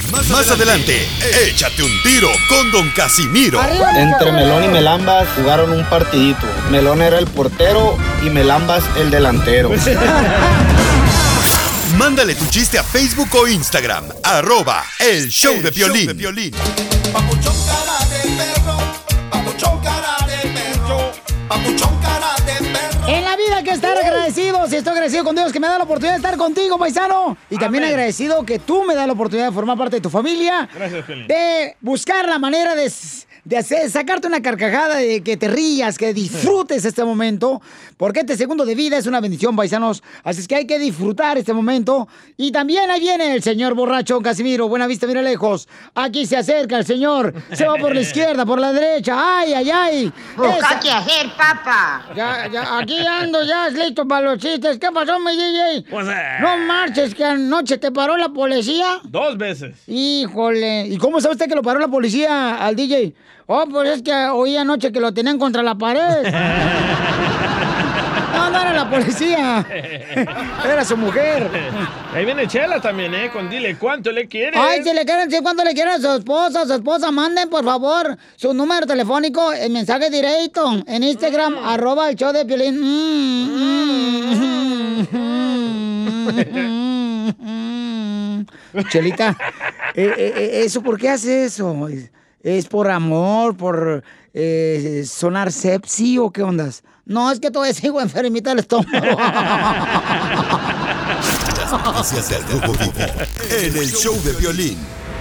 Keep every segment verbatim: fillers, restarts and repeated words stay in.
Más, más adelante, échate un tiro con Don Casimiro. Entre Melón y Melambas jugaron un partidito. Melón era el portero y Melambas el delantero. Mándale tu chiste a Facebook o Instagram, arroba el show de Piolín. Papuchón cara de perro, papuchón cara de perro, papuchón cara de perro. En la vida hay que estar agradecidos. Y estoy agradecido con Dios que me da la oportunidad de estar contigo, paisano. Y también Amén. agradecido que tú me das la oportunidad de formar parte de tu familia. Gracias, Piolín. De buscar la manera de, de hacer, sacarte una carcajada, de que te rías, que disfrutes este momento. Porque este segundo de vida es una bendición, paisanos. Así es que hay que disfrutar este momento. Y también ahí viene el señor borracho Casimiro. Buena vista, mira lejos. Aquí se acerca el señor. Se va por la izquierda, por la derecha. Ay, ay, ay. Busca Esa- qué hacer, papá. Ya, ya, aquí ando ya, listo para los chistes. ¿Qué pasó, mi D J? Pues, eh. No marches, que anoche te paró la policía. Dos veces. Híjole. ¿Y cómo sabe usted que lo paró la policía al D J? Oh, pues es que oí anoche que lo tenían contra la pared. No, no era la policía. Era su mujer. Ahí viene Chela también, ¿eh? Con dile cuánto le quieres. Ay, si le quieren decir cuánto le quieren a su esposa, a su esposa, manden por favor su número telefónico en mensaje directo en Instagram, Mm. arroba el show de Piolín. Mm, mm, mm. Chelita, eh, eh, eh, ¿eso por qué hace eso? ¿Es, es por amor, por eh, sonar sepsi o qué ondas? No, es que todavía sigo enfermita del estómago. Las noticias del Grupo Vivo en el show de Piolín.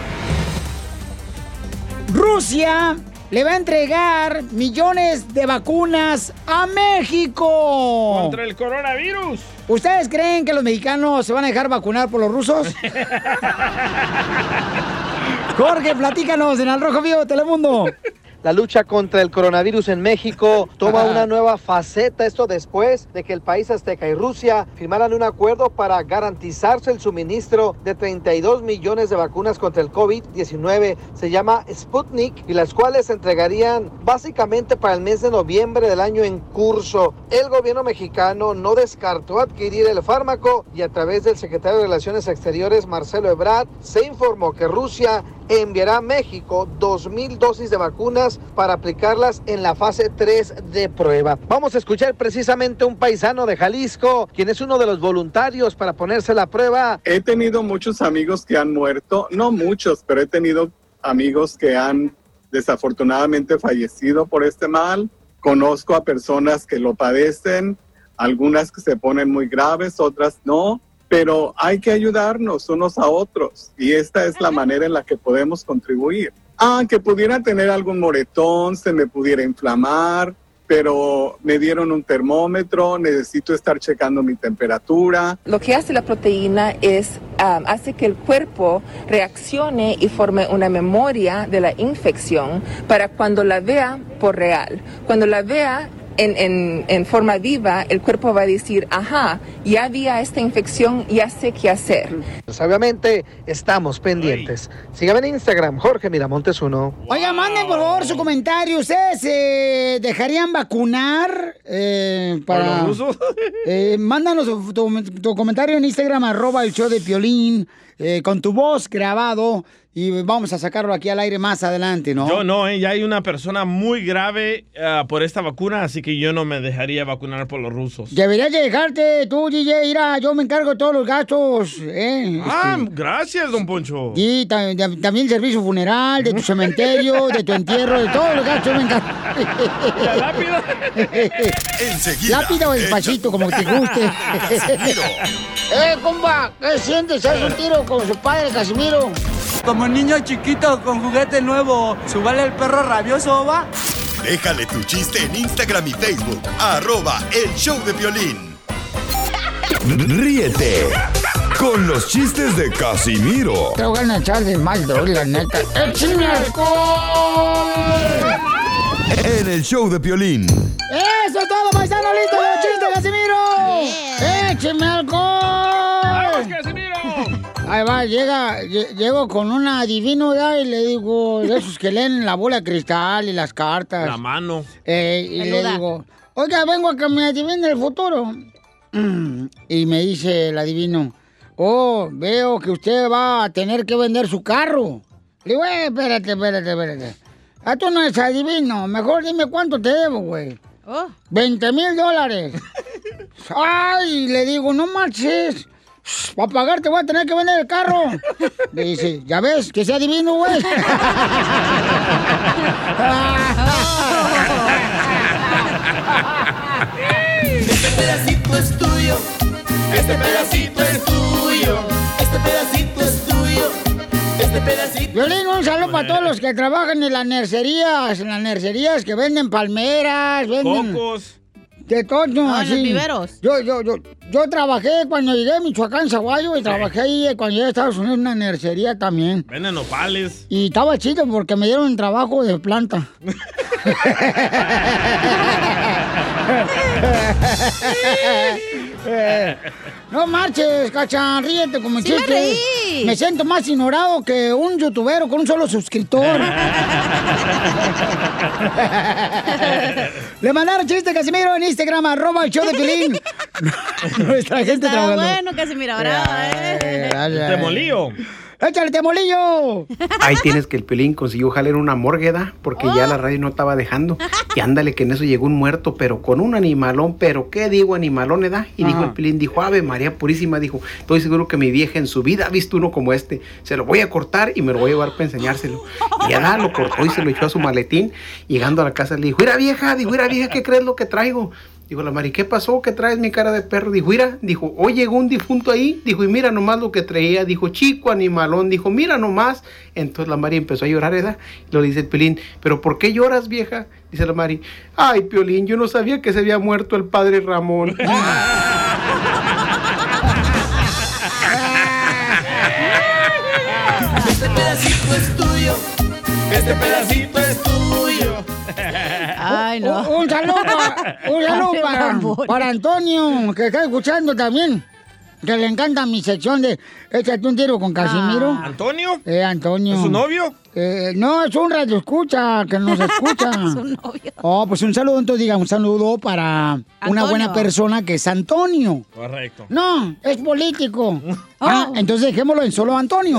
Rusia le va a entregar millones de vacunas a México. Contra el coronavirus. ¿Ustedes creen que los mexicanos se van a dejar vacunar por los rusos? Jorge, platícanos en Al Rojo Vivo de Telemundo. La lucha contra el coronavirus en México toma una nueva faceta, esto después de que el país azteca y Rusia firmaran un acuerdo para garantizarse el suministro de treinta y dos millones de vacunas contra el COVID diecinueve. Se llama Sputnik y las cuales se entregarían básicamente para el mes de noviembre del año en curso. El gobierno mexicano no descartó adquirir el fármaco y a través del secretario de Relaciones Exteriores, Marcelo Ebrard, se informó que Rusia enviará a México dos mil dosis de vacunas para aplicarlas en la fase tres de prueba. Vamos a escuchar precisamente un paisano de Jalisco, quien es uno de los voluntarios para ponerse la prueba. He tenido muchos amigos que han muerto, no muchos, pero he tenido amigos que han desafortunadamente fallecido por este mal. Conozco a personas que lo padecen, algunas que se ponen muy graves, otras no. Pero hay que ayudarnos unos a otros y esta es la manera en la que podemos contribuir. Ah, que pudiera tener algún moretón, se me pudiera inflamar, pero me dieron un termómetro, necesito estar checando mi temperatura. Lo que hace la proteína es, um, hace que el cuerpo reaccione y forme una memoria de la infección para cuando la vea por real. Cuando la vea En, en, en forma viva, el cuerpo va a decir, ajá, ya había esta infección, ya sé qué hacer. Pues obviamente estamos pendientes. Síganme en Instagram, Jorge Miramontes uno. Oiga, manden por favor su comentario. ¿Ustedes se dejarían vacunar eh, para ¿Por los rusos? Eh, mándanos tu, tu- tu comentario en Instagram, arroba el show de Piolín, eh, con tu voz grabado y vamos a sacarlo aquí al aire más adelante, ¿no? Yo no, ¿eh? Ya hay una persona muy grave uh, por esta vacuna, así que yo no me dejaría vacunar por los rusos. Deberías de dejarte tú, D J, mira, yo me encargo de todos los gastos, ¿eh? Ah, Este, gracias, don Poncho. y ta- ta- también el servicio funeral, de tu cementerio, de tu entierro, de todos los gastos, yo me encargo. ¿La lápida? Enseguida. Lápida o despacito, como te guste. Casimiro. ¡Eh, compa! ¿Qué sientes? ¿Haz un tiro con su padre, Casimiro? Como niño chiquito con juguete nuevo, ¿subale el perro rabioso, va? Déjale tu chiste en Instagram y Facebook, arroba el show de Piolín. Ríete con los chistes de Casimiro Te voy a echar de mal, bro, la neta. ¡Échame alcohol! en el show de Piolín. ¡Eso es todo, paisano! ¡Listo de chiste, Casimiro! ¡Écheme alcohol! ¡Vamos, Casimiro! Ahí va, llega, lle- llego con un adivino ya y le digo, de esos que leen la bola de cristal y las cartas. La mano. Eh, y le digo, oiga, vengo a que me adivine el futuro. Mm, Y me dice el adivino, Oh, veo que usted va a tener que vender su carro. Le digo, eh, espérate, espérate, espérate. Esto no es adivino. Mejor dime cuánto te debo, güey. Oh. veinte mil dólares. Ay, le digo, no marches. Para pagar te voy a tener que vender el carro. Le dice, ya ves, que sea adivino, güey. Este pedacito es tuyo. Este pedacito es tuyo. Este pedacito es tuyo. Este pedacito. Violín, un saludo para todos los que trabajan en las nercerías, en las nercerías que venden palmeras, venden... Cocos. De todo, Ah, así. los viveros. Yo, yo, yo, yo trabajé cuando llegué a Michoacán, Zaguayo, y trabajé ahí cuando llegué a Estados Unidos en una nercería también. Venden nopales. Y estaba chido porque me dieron trabajo de planta. No marches, Cacha, ríete como Sí me chiste. reí. Me siento más ignorado que un youtubero con un solo suscriptor. Le mandaron chiste, Casimiro, en Instagram, arroba el show de Piolín. Nuestra gente Está trabajando. bueno, Casimiro, brava, eh. Temolillo. ¡Échale, Temolillo! Ahí tienes que el Piolín consiguió jalar una morgueda porque ya la radio no estaba dejando. Y ándale que en eso llegó un muerto, pero con un animalón, pero ¿qué digo animalón, edad? Y dijo Ajá. el Piolín, dijo, Ave María Purísima, dijo, estoy seguro que mi vieja en su vida ha visto uno como este. Se lo voy a cortar y me lo voy a llevar para enseñárselo. Y ya lo cortó y se lo echó a su maletín. Llegando a la casa le dijo, mira vieja, dijo, mira vieja, ¿qué crees lo que traigo? Dijo la Mari, ¿qué pasó? ¿Qué traes mi cara de perro? Dijo, mira, dijo, hoy llegó un difunto ahí. Dijo, y mira nomás lo que traía. Dijo, chico animalón. Dijo, mira nomás. Entonces la Mari empezó a llorar, ¿verdad? Y lo dice el Piolín, ¿pero por qué lloras, vieja? Dice la Mari, ay, Piolín, yo no sabía que se había muerto el padre Ramón. Este pedacito es tuyo. Este pedacito es tuyo. Ay, no. Un, un saludo, pa- un saludo para, para Antonio, que está escuchando también. Que le encanta mi sección de Échate un tiro con Casimiro. ¿Antonio? Eh, Antonio. ¿Es su novio? Eh, no, es un radio escucha, que nos escucha. Su novio. Oh, pues un saludo, entonces diga un saludo para una Antonio. buena persona que es Antonio. Correcto. No, es político. Ah, entonces dejémoslo en solo Antonio.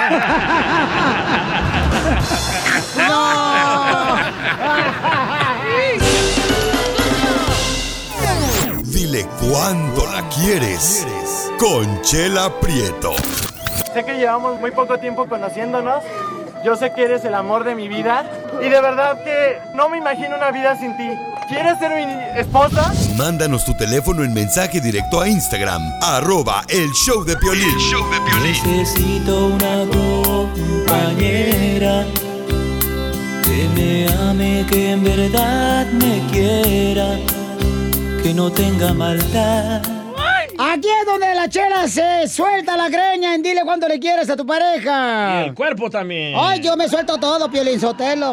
Dile cuándo la quieres. Conchela Prieto. Sé que llevamos muy poco tiempo conociéndonos. Yo sé que eres el amor de mi vida. Y de verdad que no me imagino una vida sin ti. ¿Quieres ser mi esposa? Mándanos tu teléfono en mensaje directo a Instagram, arroba el show de Piolín. El show de Piolín. Necesito una compañera que me ame, que en verdad me quiera, que no tenga maldad. Aquí es donde la Chela se suelta la greña en dile cuánto le quieres a tu pareja. Y el cuerpo también. Ay, yo me suelto todo, Piolín Sotelo.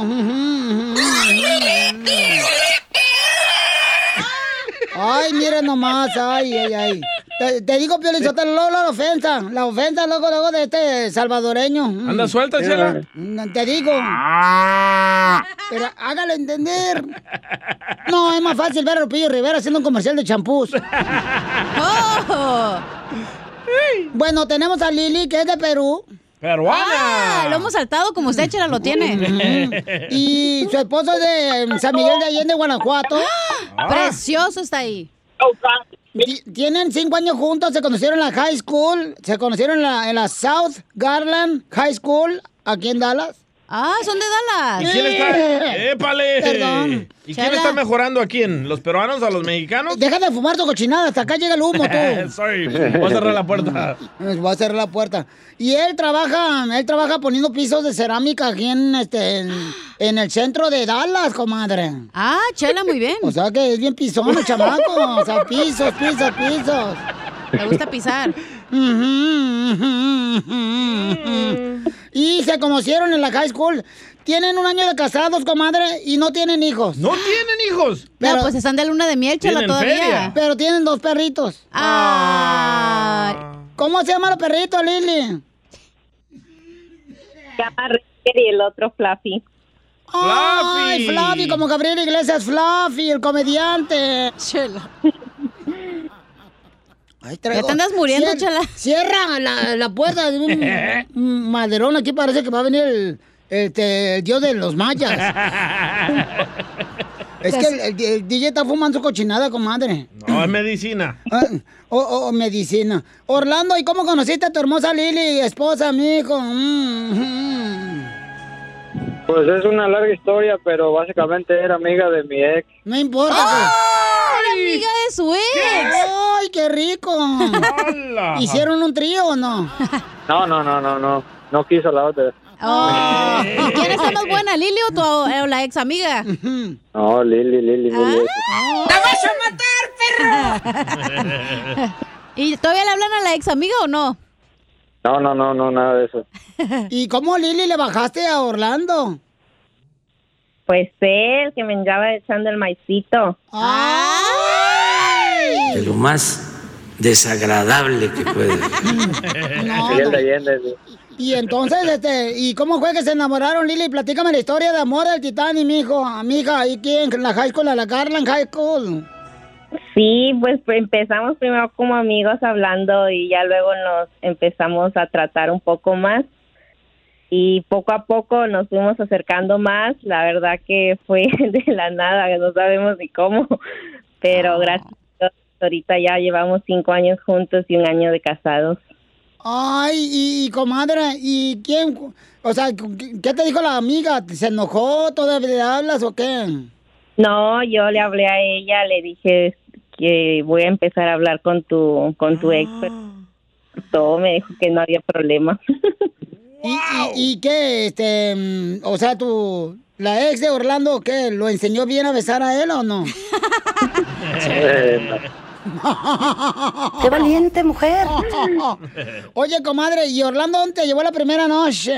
Ay, miren nomás, ay, ay, ay. Te, te digo, Piolín Sotelo, luego la ofensa. La ofensa luego, luego de este salvadoreño. ¿Anda suelta, Chela? Mm, Te digo. Pero hágale entender. No, es más fácil ver a Lupillo Rivera haciendo un comercial de champús. Oh. Bueno, tenemos a Lili, que es de Perú. ¡Peruana! Ah, lo hemos saltado como usted, Chela, lo tiene. Y su esposo es de San Miguel de Allende, Guanajuato. Ah. Precioso está ahí. Ti- Tienen cinco años juntos, se conocieron en la high school, se conocieron en la, en la South Garland High School, aquí en Dallas. Ah, son de Dallas. ¿Y quién está? ¡Épale! Perdón. ¿Y quién Chela. está mejorando a quién? ¿Los peruanos a los mexicanos? Deja de fumar tu cochinada, hasta acá llega el humo, tú. Sorry, voy a cerrar la puerta. Voy a cerrar la puerta. Y él trabaja, él trabaja poniendo pisos de cerámica aquí en este en, en el centro de Dallas, comadre. Ah, Chela, muy bien. O sea que es bien pisón el chamaco. O sea, pisos, pisos, pisos. Me gusta pisar. Y se conocieron en la high school. Tienen un año de casados, comadre, y no tienen hijos. ¿No tienen hijos? Pero pues están de luna de miel, Chela, Tienen todavía. feria. Pero tienen dos perritos. Ah. ¿Cómo se llama el perrito, Lili? Se llama Ricker y el otro Fluffy. Ay, Fluffy. Fluffy, como Gabriel Iglesias, Fluffy, el comediante. Chela. Ay, Ya te andas muriendo, Cier- Chela. Cierra la, la puerta de un, un maderón. Aquí parece que va a venir el, este, el dios de los mayas. Es que el, el- el D J está fumando su cochinada, comadre. No, es medicina. Ah, O oh, oh, medicina. Orlando, ¿y cómo conociste a tu hermosa Lili, esposa, mijo? Mm, mm. Pues es una larga historia, pero básicamente era amiga de mi ex. No importa. Era amiga de su ex. ¡Ay, qué rico! ¿Hicieron un trío o no? No, no, no, no, no. No quiso la otra. Oh. ¿Y quién está más buena, Lili o, tu, o la ex amiga? No, Lili, Lili, Lili. ¡La vas a matar, perro! ¿Y todavía le hablan a la ex amiga o no? No, no, no, no, nada de eso. ¿Y cómo, Lili, le bajaste a Orlando? Pues él, que me andaba echando el maicito. De lo más desagradable que puede. No, Miguel no. de Allende, sí. Y entonces, este, ¿y cómo fue que se enamoraron, Lili? Platícame la historia de amor del Titanic, mijo. Amiga, ¿y quién? ¿En la high school? ¿A la Carla en high school? Sí, pues pues, empezamos primero como amigos hablando y ya luego nos empezamos a tratar un poco más y poco a poco nos fuimos acercando más. La verdad que fue de la nada, no sabemos ni cómo, pero gracias a Dios, ahorita ya llevamos cinco años juntos y un año de casados. Ay, y, y, comadre, ¿y quién? O sea, ¿qué te dijo la amiga? ¿Se enojó? ¿Todavía le hablas o qué? No, yo le hablé a ella, le dije que voy a empezar a hablar con tu con tu ex, pero todo me dijo que no había problema. ¿Y, y, y qué? Este, mm, o sea, tu, la ex de Orlando, ¿qué? ¿Lo enseñó bien a besar a él o no? ¡Qué valiente mujer! Oye, comadre, ¿y Orlando dónde te llevó la primera noche?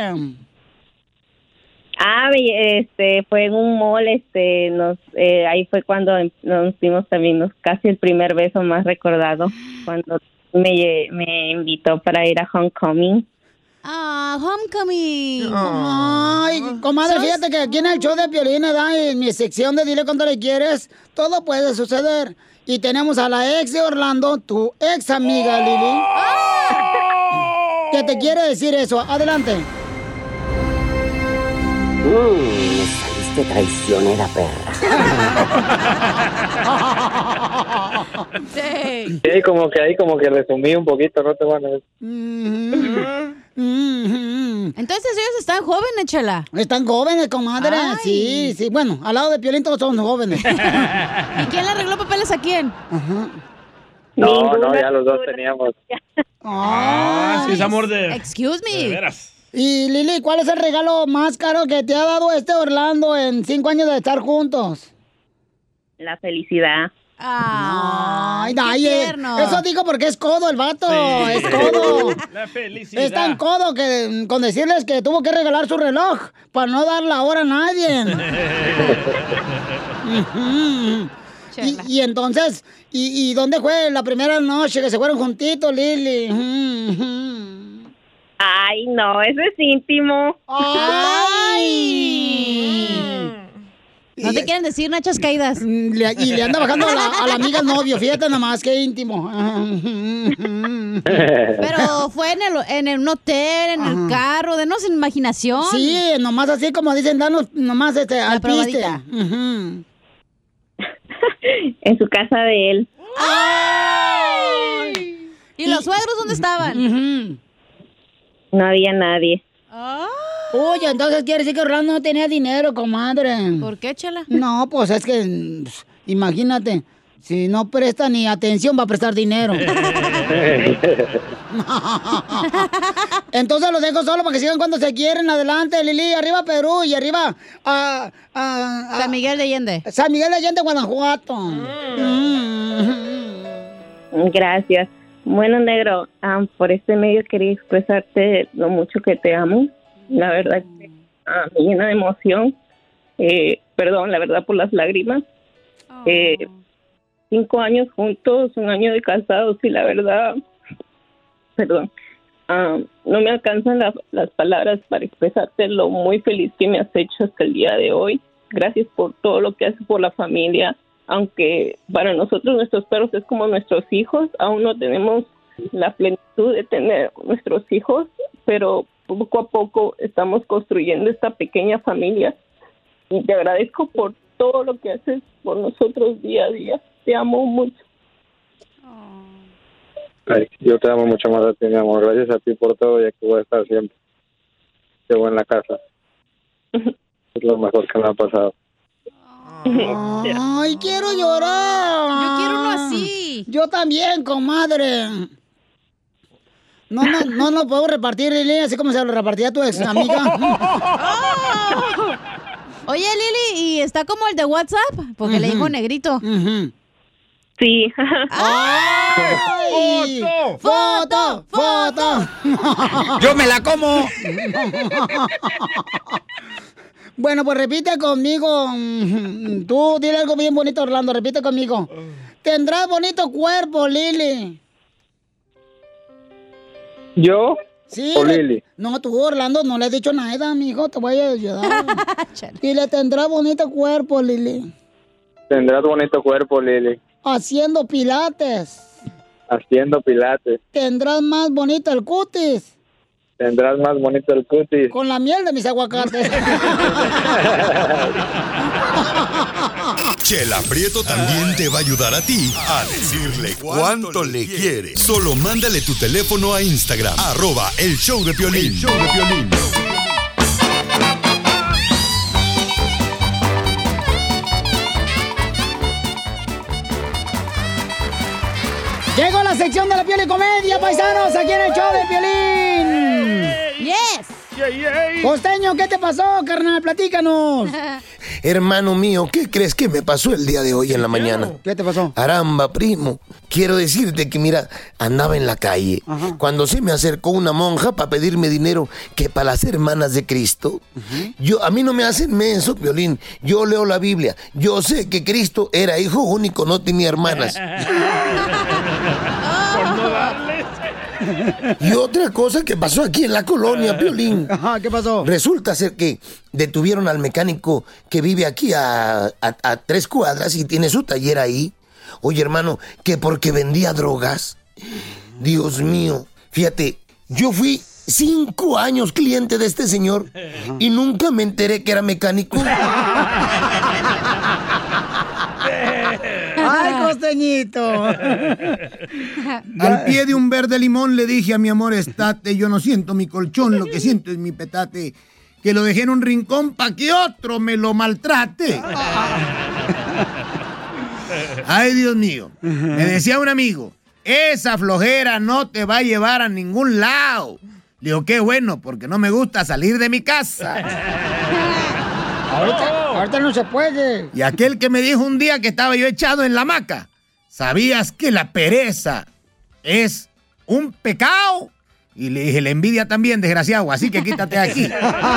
Ah, este, fue en un mall, este, nos, eh, ahí fue cuando nos dimos también nos, casi el primer beso más recordado, cuando me, me invitó para ir a Homecoming. Ah, Homecoming. Ay, comadre, fíjate que aquí en el show de Piolín, ¿verdad? En mi sección de Dile Cuánto Le Quieres, todo puede suceder. Y tenemos a la ex de Orlando, tu ex amiga, Lili. ¿Qué te quiere decir eso? Adelante. Mm, me saliste traicionera, perra. Sí. Sí, como que ahí como que resumí un poquito, no te van a ver. Entonces ellos están jóvenes, Chela. Están jóvenes, comadre. Ay. Sí, sí. Bueno, al lado de Piolín todos son jóvenes. ¿Y quién le arregló papeles a quién? No, no, ya los dos teníamos. Ah, sí, es amor de... Excuse me. De veras. Y Lili, ¿cuál es el regalo más caro que te ha dado este Orlando en cinco años de estar juntos? La felicidad. Ay, qué ay, eh, tierno. eso digo porque es codo el vato, Sí. es codo. La felicidad. Es tan codo que mm, con decirles que tuvo que regalar su reloj para no dar la hora a nadie. Ujú. y, y entonces, y, ¿y dónde fue la primera noche que se fueron juntitos, Lili? Ujú. Ay, no, eso es íntimo. ¡Ay! No te quieren decir nachas caídas. Le- y le anda bajando a la, a la amiga al novio, fíjate nada más, qué íntimo. Pero fue en el, en el un hotel, en el carro, denos imaginación. Sí, nomás así como dicen, danos nomás este, al piste. probadita. Ujú. En su casa de él. ¡Ay! ¿Y los suegros dónde estaban? Ujú. No había nadie. Oye, entonces quiere decir que Orlando no tenía dinero, comadre. ¿Por qué, Chela? No, pues es que, pues, imagínate, si no presta ni atención, va a prestar dinero. Entonces los dejo solo para que sigan cuando se quieren. Adelante, Lili, arriba Perú y arriba a, a- a- San Miguel de Allende. San Miguel de Allende, Guanajuato. Mm. Gracias. Bueno, negro, ah, por este medio quería expresarte lo mucho que te amo. La verdad que ah, me llena de emoción. Eh, perdón, la verdad, por las lágrimas. Eh, cinco años juntos, un año de casados y la verdad, perdón, ah, no me alcanzan la- las palabras para expresarte lo muy feliz que me has hecho hasta el día de hoy. Gracias por todo lo que haces por la familia. aunque para nosotros nuestros perros es como nuestros hijos, aún no tenemos la plenitud de tener nuestros hijos, pero poco a poco estamos construyendo esta pequeña familia y te agradezco por todo lo que haces por nosotros día a día. Te amo mucho. Ay, yo te amo mucho más a ti, mi amor. Gracias a ti por todo y aquí voy a estar siempre. Llevo en la casa. Es lo mejor que me ha pasado. Ay, quiero llorar. Yo quiero uno así. Yo también, comadre. No, no, no, no puedo repartir, Lili, así como se lo repartía a tu ex amiga. Oh. Oye, Lili, ¿y está como el de WhatsApp? Porque uh-huh. le dijo negrito. Uh-huh. Sí. ¡Ay! ¡Foto! ¡Foto! ¡Yo me la como! Bueno, pues repite conmigo. Tú dile algo bien bonito, Orlando. Repite conmigo. Tendrás bonito cuerpo, Lili. ¿Yo? Sí. ¿O Lili? No, tú, Orlando, no le has dicho nada, mijo. Te voy a ayudar. Dile, tendrás bonito cuerpo, Lili. Tendrás bonito cuerpo, Lili. Haciendo pilates. Haciendo pilates. Tendrás más bonito el cutis. Tendrás más bonito el cutis. Con la miel de mis aguacates. Chela Prieto también te va a ayudar a ti a decirle cuánto le quiere. Solo mándale tu teléfono a Instagram, arroba el show de Piolín. El show de Piolín. Llegó la sección de la Pioli Comedia, paisanos, aquí en el show de Piolín. Yes. Yeah, yeah. Costeño, ¿qué te pasó, carnal? Platícanos. Hermano mío, ¿qué crees que me pasó el día de hoy en la mañana? ¿Qué te pasó? Caramba, primo. Quiero decirte que, mira, andaba en la calle. Ajá. Cuando se me acercó una monja para pedirme dinero que para las hermanas de Cristo. Uh-huh. Yo, a mí no me hacen menso, Piolín. Yo leo la Biblia. Yo sé que Cristo era hijo único, no tenía hermanas. Por no darles. Y otra cosa que pasó aquí en la colonia, Piolín. Ajá, ¿qué pasó? Resulta ser que detuvieron al mecánico que vive aquí a, a, a tres cuadras y tiene su taller ahí. Oye, hermano, que porque vendía drogas. Dios mío, fíjate, yo fui cinco años cliente de este señor y nunca me enteré que era mecánico. ¡Ay, costeñito! Al pie de un verde limón le dije a mi amor, estate, yo no siento mi colchón, lo que siento es mi petate, que lo dejé en un rincón pa' que otro me lo maltrate. Ay, Dios mío, me decía un amigo, esa flojera no te va a llevar a ningún lado. Le digo, qué bueno, porque no me gusta salir de mi casa. Ahorita, ahorita no se puede. Y aquel que me dijo un día que estaba yo echado en la hamaca, ¿sabías que la pereza es un pecado? Y le dije, la envidia también, desgraciado, así que quítate aquí.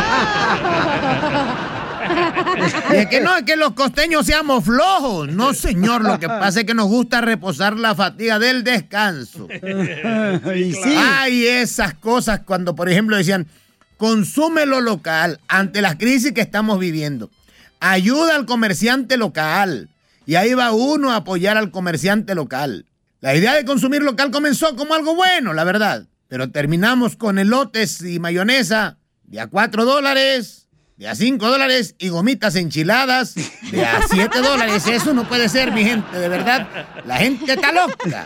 Y es que no es que los costeños seamos flojos, no señor, lo que pasa es que nos gusta reposar la fatiga del descanso. Y sí. Hay esas cosas cuando, por ejemplo, decían, consume lo local ante la crisis que estamos viviendo. Ayuda al comerciante local. Y ahí va uno a apoyar al comerciante local. La idea de consumir local comenzó como algo bueno, la verdad. Pero terminamos con elotes y mayonesa de a cuatro dólares, de a cinco dólares y gomitas enchiladas de a siete dólares. Eso no puede ser, mi gente, de verdad. La gente está loca.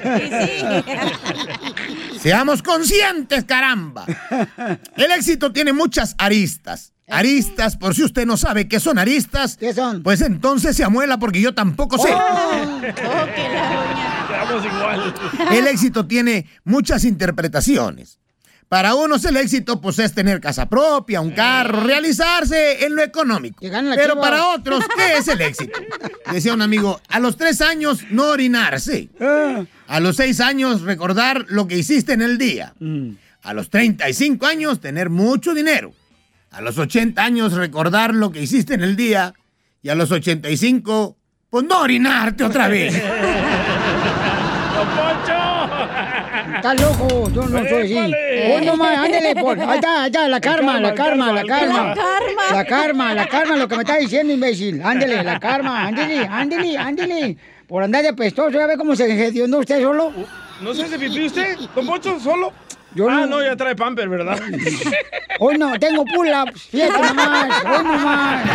Seamos conscientes, caramba. El éxito tiene muchas aristas. Aristas, por si usted no sabe qué son aristas. ¿Qué son? Pues entonces se amuela porque yo tampoco sé. Oh, que la doña. Estamos igual. El éxito tiene muchas interpretaciones. Para unos el éxito pues es tener casa propia, un carro, realizarse en lo económico. Pero para otros, ¿qué es el éxito? Decía un amigo, a los tres años no orinarse. A los seis años recordar lo que hiciste en el día. A los treinta y cinco años tener mucho dinero. A los ochenta años recordar lo que hiciste en el día. Y a los ochenta y cinco, pues no orinarte otra vez. estás loco, yo no soy así. ¡Épale! Hoy nomás, ándale, por, ahí está, ahí está, la karma, la karma, la karma. el karma. La karma, la karma, lo que me está diciendo, imbécil. Ándale, la karma, ándale, ándale, ándale. Por andar de apestoso, ya ve cómo se hedionó usted solo. ¿No se hace pipí usted, don Poncho, solo? Yo ah, no. no, ya trae pamper, ¿verdad? Hoy no, tengo pull-ups, fíjate nomás, hoy nomás.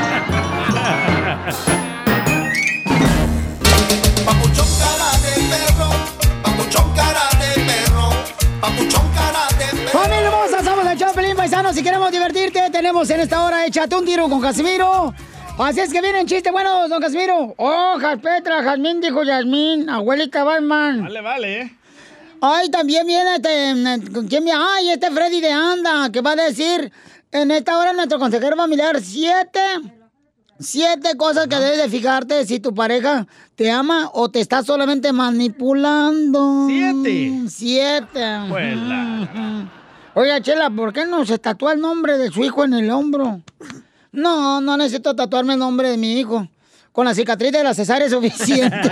Papuchón cara de perro, papuchón cara de perro, papuchón cara de perro. ¡Familia hermosa! Somos el Chapelín Paisano. Si queremos divertirte, tenemos en esta hora Échate un tiro con Casimiro. Así es que vienen chistes buenos, don Casimiro. Hojas, Petra, Jazmín, dijo Yasmín, abuelita Batman. Vale, vale, ¿eh? Ay, también viene este... ¿Quién viene? Ay, este Freddy de Anda, que va a decir en esta hora nuestro consejero familiar siete... Siete cosas que debes de fijarte si tu pareja te ama o te está solamente manipulando. Siete. Siete. Vuela. Oiga, Chela, ¿por qué no se tatúa el nombre de su hijo en el hombro? No, no necesito tatuarme el nombre de mi hijo. Con la cicatriz de la cesárea es suficiente.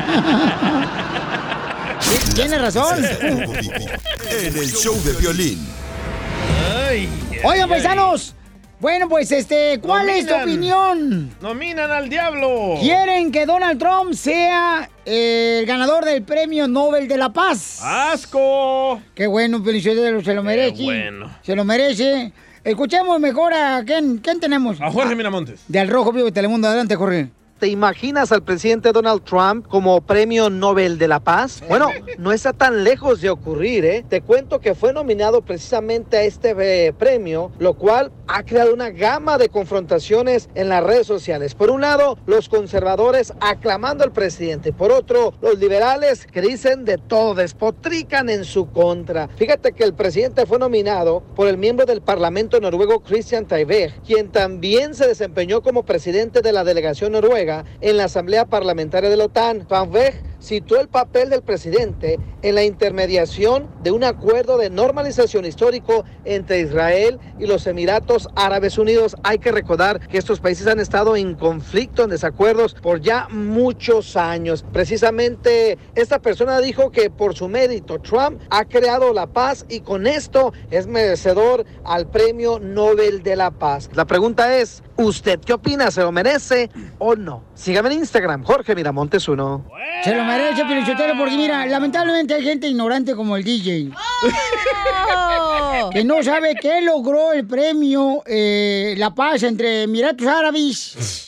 Tiene razón. En el show de Piolín. Ay, Oigan, paisanos. Bueno, pues, este, ¿cuál Nominan. es tu opinión? ¡Nominan al diablo! ¿Quieren que Donald Trump sea eh, el ganador del Premio Nobel de la Paz? ¡Asco! Qué bueno, Felicitero, se lo merece. bueno. Se lo merece. Escuchemos mejor a quién, ¿quién tenemos? A Jorge Miramontes. De Al Rojo Vivo de Telemundo. Adelante, Jorge. ¿Te imaginas al presidente Donald Trump como Premio Nobel de la Paz? Bueno, no está tan lejos de ocurrir, ¿eh? Te cuento que fue nominado precisamente a este eh, premio, lo cual ha creado una gama de confrontaciones en las redes sociales. Por un lado, los conservadores aclamando al presidente. Por otro, los liberales que dicen de todo, despotrican en su contra. Fíjate que el presidente fue nominado por el miembro del Parlamento noruego Christian Taibeg, quien también se desempeñó como presidente de la delegación noruega en la Asamblea Parlamentaria de la OTAN. Van Weg citó el papel del presidente en la intermediación de un acuerdo de normalización histórico entre Israel y los Emiratos Árabes Unidos. Hay que recordar que estos países han estado en conflicto, en desacuerdos por ya muchos años. Precisamente esta persona dijo que por su mérito Trump ha creado la paz y con esto es merecedor al Premio Nobel de la Paz. La pregunta es, ¿usted qué opina? ¿Se lo merece o no? Sígame en Instagram, Jorge Miramontes uno. Se lo merece, Pelichotero, porque mira, lamentablemente hay gente ignorante como el D J. Oh. Que no sabe que logró el premio eh, La Paz entre Emiratos Árabes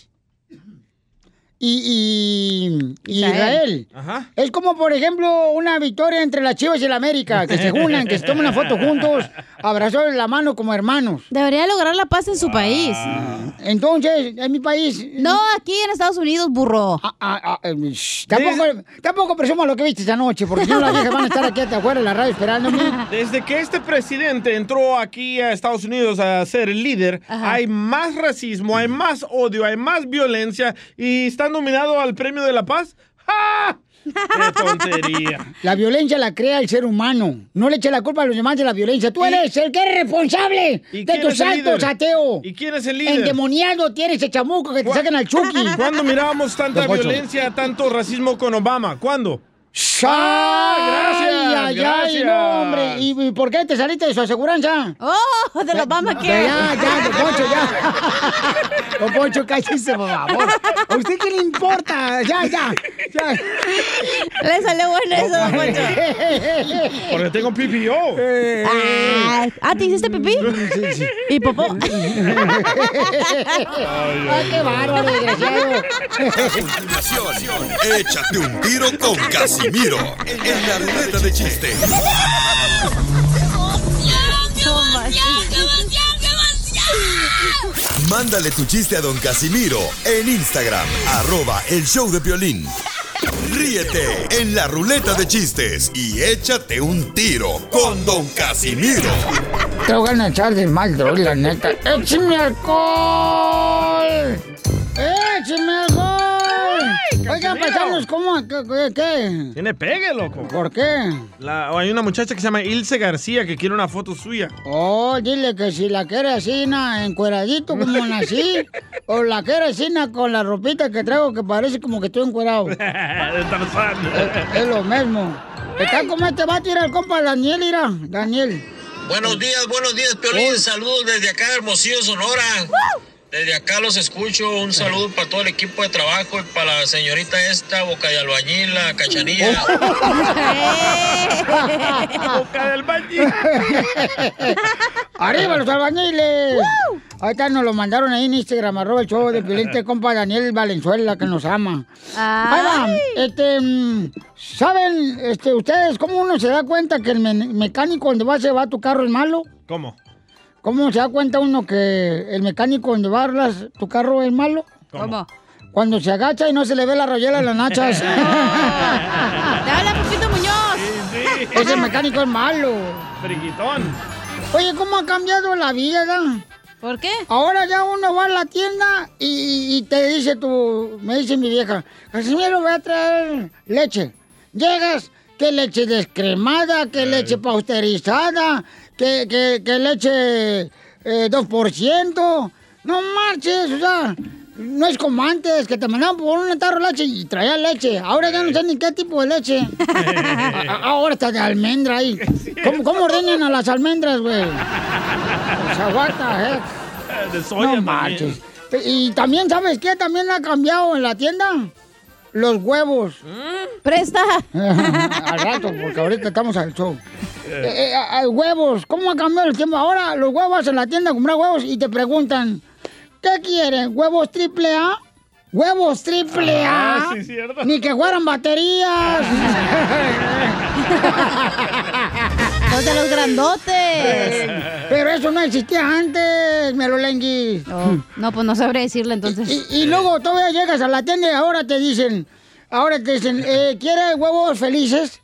y, y, y Israel. Ajá. Es como, por ejemplo, una victoria entre las Chivas y el América, que se unan, que se toman una foto juntos, abrazados en la mano como hermanos. Debería lograr la paz en su país. Entonces, en mi país... No, aquí en Estados Unidos, burro. Ah, ah, ah, eh, shh, tampoco, tampoco presuma lo que viste esta noche, porque si no las viejas van a estar aquí hasta afuera en la radio esperándome. Desde que este presidente entró aquí a Estados Unidos a ser el líder, Ajá. hay más racismo, hay más odio, hay más violencia y está nominado al Premio de la Paz. ¡Ja! ¡Qué tontería! La violencia la crea el ser humano. No le eche la culpa a los demás de la violencia. Tú eres el que es responsable ¿Y de quién tus es el actos, líder? ateo. ¿Y quién es el líder? Endemoniado tienes ese chamuco que te sacan al Chucky. ¿Cuándo mirábamos tanta Don Poncho. violencia, tanto racismo con Obama? ¿Cuándo? ¡Ay, ay, ay, gracias. no, hombre! ¿Y, y por qué te saliste de su aseguranza? ¡Oh, de la Obama que! Ya, ya, Don Poncho, ya. Don Poncho, cállese, por favor. ¿A usted qué le importa? Ya, ya, ya. Le salió bueno eso, Don Poncho. Porque tengo P P O. Ah, ¿ah, ¿te hiciste pipí? Sí, sí. ¿Y popó? ¡Ay, qué bárbaro, desgraciado! Continuación, échate un tiro con Casimiro en la ruleta de chiste. Mándale tu chiste a don Casimiro en Instagram, arroba el show de Piolín. Ríete en la ruleta de chistes y échate un tiro con don Casimiro. Te voy a echar de mal, droga, la neta. ¡Échame alcohol! ¡Échame alcohol! Oigan, paisanos, ¿cómo? ¿Qué? qué, qué? Tiene pegue, loco. ¿Por qué? La, hay una muchacha que se llama Ilse García que quiere una foto suya. Oh, dile que si la quiere así, na, encueradito como nací, o la quiere así, na, con la ropita que traigo que parece como que estoy encuerado. De Tarzán. Es, es lo mismo. Está como este va a tirar el compa Daniel, mira, Daniel. Buenos días, buenos días, Piolín. Oh. Saludos desde acá, Hermosillo, Sonora. Desde acá los escucho. Un saludo para todo el equipo de trabajo y para la señorita esta, Boca de Albañil, la Cachanilla. Boca de Albañil. ¡Arriba los albañiles! Ahorita nos lo mandaron ahí en Instagram, arroba el show de Piolín, este compa Daniel Valenzuela, que nos ama. Ahí va, este, mm, ¿saben este, ustedes cómo uno se da cuenta que el me- mecánico donde vas a llevar tu carro es malo? ¿Cómo? ¿Cómo se da cuenta uno que el mecánico donde va a arreglar tu carro es malo? ¿Cómo? Cuando se agacha y no se le ve la rollera en las nachas. ¡Te habla Pepito Muñoz! Ese mecánico es malo. Friquitón. Oye, ¿cómo ha cambiado la vida? ¿Por qué? Ahora ya uno va a la tienda y, y te dice tu... Me dice mi vieja, Casimiro, voy a traer leche. Llegas, que leche descremada, que leche pasteurizada, que, que, que leche eh, dos por ciento. No marches, o sea... No es como antes, que te mandaban por un tarro de leche y traía leche. Ahora ya no sé ni qué tipo de leche. A- a- Ahora está de almendra ahí. ¿Cómo, cómo ordenan a las almendras, güey? O sea, what the heck? De soya No marches. Y también, ¿sabes qué? También ha cambiado en la tienda. Los huevos. ¡Presta! Al rato, porque ahorita estamos al show. Eh, eh, eh, huevos. ¿Cómo ha cambiado el tiempo? Ahora los huevos en la tienda, comprar huevos y te preguntan... ¿Qué quieren? ¿Huevos triple A? ¿Huevos triple A? Ah, sí, cierto. Ni que fueran baterías. ¡Los de los grandotes! Pero eso no existía antes, Melolengui. No, no, pues no sabré decirle entonces. Y, y luego todavía llegas a la tienda y ahora te dicen, ahora te dicen, eh, ¿quiere huevos felices?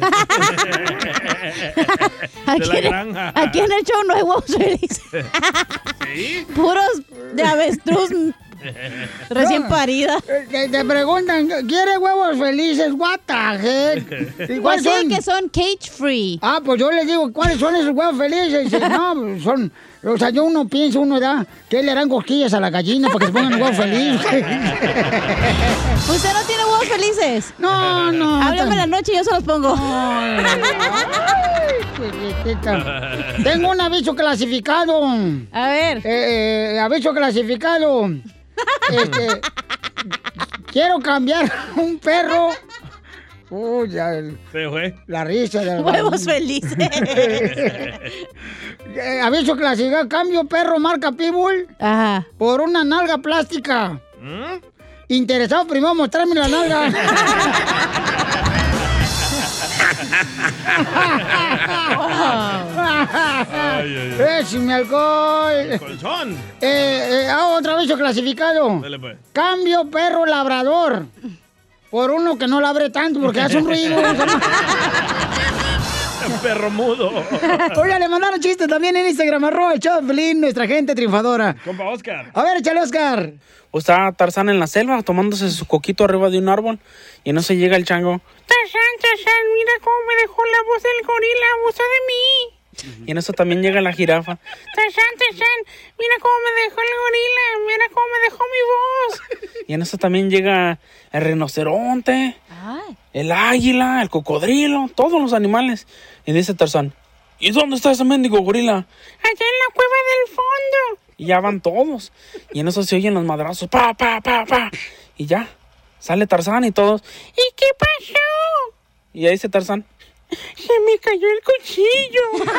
Aquí, De la en- granja. aquí en el show no hay huevos felices. ¿Sí? Puros de avestruz recién No, parida. Te, te preguntan, ¿quiere huevos felices? What the heck? ¿Y Pues cuáles sí, son? que son cage free. Ah, pues yo les digo, ¿cuáles son esos huevos felices? Dice, no, pues son... O sea, yo uno piensa, uno da, que le harán cosquillas a la gallina para que se pongan huevos felices. ¿Usted no tiene huevos felices? No, no. Háblame la noche y yo se los pongo. Tengo un aviso clasificado. A ver. Eh, eh, aviso clasificado. Este, quiero cambiar un perro. Uy, ya. Se fue. La risa de la Huevos felices. Eh, aviso clasificado. Cambio perro marca Pitbull. Ajá. Por una nalga plástica. ¿Mm? Interesado primero mostrarme la nalga. Ay, ay, ay. ¡Échame alcohol! Colchón. Eh, eh, ah, otro aviso clasificado. Dale, pues. Cambio perro labrador. Por uno que no labre tanto porque hace un ruido. Perro mudo. Oiga, le mandaron chistes también en Instagram, arroba el show de Piolín, nuestra gente triunfadora. Compa Oscar. A ver, échale, Oscar. Está Tarzán en la selva tomándose su coquito arriba de un árbol y en eso llega el chango. Tarzán, Tarzán, mira cómo me dejó la voz del gorila, abusó de mí. Y en eso también llega la jirafa. Tarzán, Tarzán, mira cómo me dejó el gorila, mira cómo me dejó mi voz. Y en eso también llega el rinoceronte, el águila, el cocodrilo, todos los animales. Y dice Tarzán, ¿y dónde está ese mendigo gorila? Allá en la cueva del fondo. Y ya van todos. Y en eso se oyen los madrazos. Pa, pa, pa, pa. Y ya. Sale Tarzán y todos. ¿Y qué pasó? Y ahí dice Tarzán. Se me cayó el cuchillo.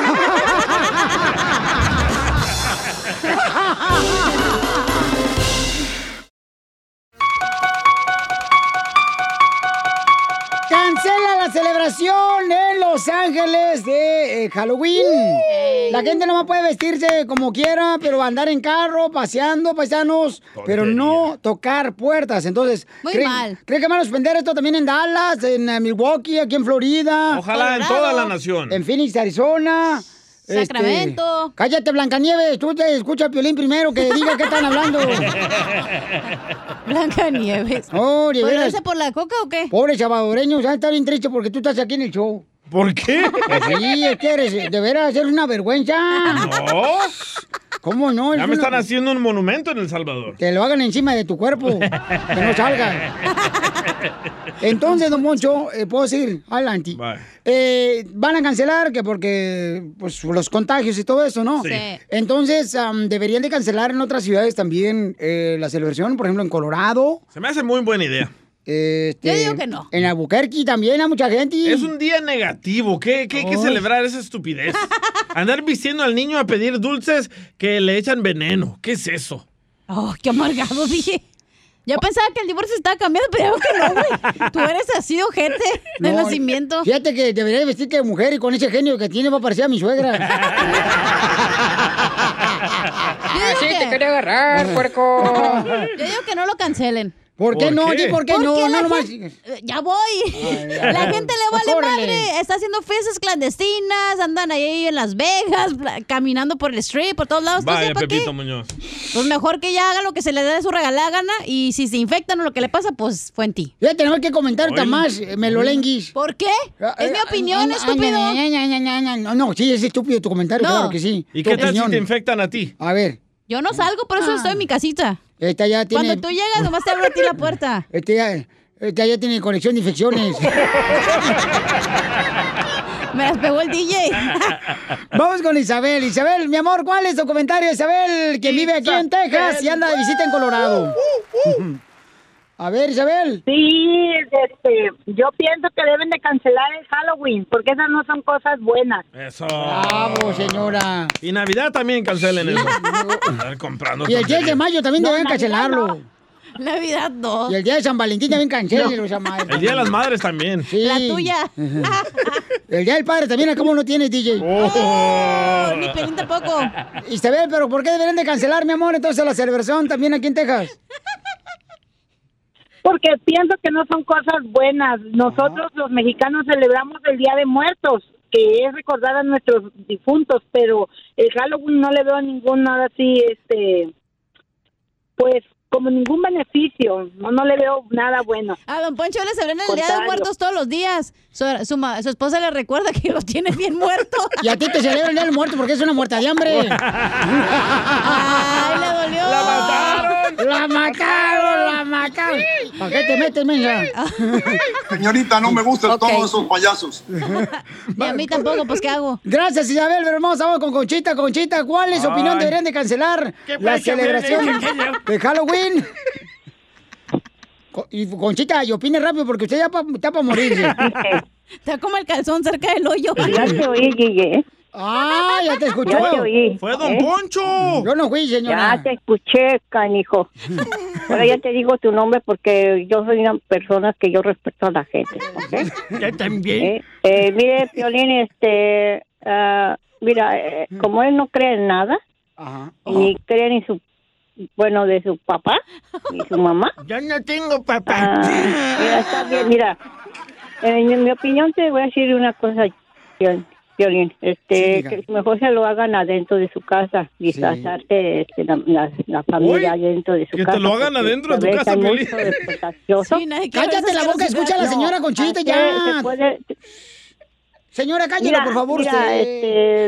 Cancela la celebración en Los Ángeles de eh, Halloween. La gente no puede vestirse como quiera, pero andar en carro, paseando, paisanos, pero no tocar puertas. Entonces, Muy ¿creen, mal. ¿creen que van a suspender esto también en Dallas, en eh, Milwaukee, aquí en Florida? Ojalá en toda la nación. En Phoenix, Arizona. Sacramento. Este, cállate, Blancanieves. Tú te escucha a Piolín primero que diga qué están hablando. Blancanieves. Oh, de ¿Por veras. irse por la coca o qué? Pobre salvadoreño, ya está bien triste porque tú estás aquí en el show. ¿Por qué? Pues sí, es que eres, de veras, eres una vergüenza. No. ¿Cómo no? Ya Es me una- están haciendo un monumento en El Salvador. Que lo hagan encima de tu cuerpo, que no salga. Entonces, don Moncho, eh, ¿puedo decir? Adelante. Eh, van a cancelar que porque pues los contagios y todo eso, ¿no? Sí. Entonces, am, deberían de cancelar en otras ciudades también eh, la celebración, por ejemplo, en Colorado. Se me hace muy buena idea. Este, Yo digo que no. En Albuquerque también hay mucha gente. Es un día negativo. ¿Qué, qué hay que Ay. celebrar esa estupidez? Andar vistiendo al niño a pedir dulces que le echan veneno. ¿Qué es eso? Oh, qué amargado, dije. Yo pensaba que el divorcio estaba cambiando, pero ya veo que no, güey. Tú eres así, ojete, de No, nacimiento. Fíjate que debería vestirte de mujer y con ese genio que tiene va a parecer a mi suegra. Así te quería agarrar, puerco. Yo digo que no lo cancelen. ¿Por qué no? Oye, ¿por qué no? Porque No la nomás- gen- Ya voy. ay. La gente le vale Córrele. madre. Está haciendo fiestas clandestinas, andan ahí en Las Vegas, bla- caminando por el street, por todos lados. Entonces, Vaya, ¿para qué? Pepito Muñoz. Pues mejor que ya haga lo que se le dé de su regalada gana y si se infectan o lo que le pasa, pues fue en ti. Ya tenemos que comentar Oye. más, eh, Melolenguis. ¿Por qué? Es mi opinión, Ah, estúpido. ah, ña, ña, ña, ña, ña. No, no, sí, es estúpido tu comentario, No. claro que sí. ¿Y Tu qué tal opinión. si te infectan a ti? A ver, Yo no salgo, por eso estoy en mi casita. esta ya tiene... Cuando tú llegas, nomás te abro a ti la puerta. Este ya, esta ya tiene colección de infecciones. Me las pegó el D J. Vamos con Isabel. Isabel, mi amor, ¿cuál es tu comentario, Isabel? Que vive aquí en Texas y anda de visita en Colorado. A ver, Isabel. Sí, este, yo pienso que deben de cancelar el Halloween, porque esas no son cosas buenas. Eso. Bravo, señora. Y Navidad también cancelen eso. Andar comprando Y el diez de tonterías. mayo también No, deben Navidad cancelarlo. Navidad no. Y el día de San Valentín también cancelenlo, esa madre. El Día de las Madres también. Sí. La tuya. El día del padre también, ¿cómo no tienes, D J? Oh. Ni Pelín tampoco. Isabel, pero ¿por qué deberían de cancelar, mi amor, entonces la celebración también aquí en Texas? Porque pienso que no son cosas buenas. Nosotros los mexicanos celebramos el Día de Muertos, que es recordar a nuestros difuntos, pero el Halloween no le veo ningún, ahora sí, este, pues, como ningún beneficio. No, no le veo nada bueno. A don Poncho le celebran el Día de Contrario. Muertos todos los días. Su, su, ma- su esposa le recuerda que lo tiene bien muerto. Y a ti te celebran el día del muerto porque es una muerta de hambre. Ay, le dolió. ¡La mataron! ¡La mataron! ¡La mataron! ¿Para qué te metes, mensa? Señorita, no me gustan Ok. todos esos payasos. Y a mí tampoco, pues ¿qué hago? Gracias, Isabel. Pero vamos, vamos con Conchita. Conchita, ¿cuál es su Ay. opinión? ¿Deberían de cancelar ¿Qué la fue, qué fue, celebración qué fue? de Halloween? Co- Y Conchita, y opine rápido porque usted ya pa- está para morirse. Está como el calzón cerca del hoyo. Ya te oí, Guille. ¡Ah, ya te escuchó! Ya te oí. ¡Fue Don ¿Eh? Poncho! Yo no fui, señora. Ya te escuché, canijo. Ahora ya te digo tu nombre porque yo soy una persona que yo respeto a la gente. ¿ok? Yo también. Eh, eh, mire, Piolín, este, ah, mira, eh, como él no cree en nada, Ajá. ni cree ni su, bueno, de su papá, ni su mamá. Yo no tengo papá. Ah, mira, está bien, mira, en mi opinión te voy a decir una cosa, Piol- Piolín, Sí, este, diga. que mejor se lo hagan adentro de su casa, disfrazarse, este, la, la, la familia Oye, adentro de su que te casa. lo hagan porque adentro de tu a veces casa, hay Piolín. mucho de contagioso. Sí, nadie quiere Cállate esas la boca, escucha a la asquerosidades. señora Conchita Así ya. se puede- Señora, cállala, Mira, por favor, mira, usted. este,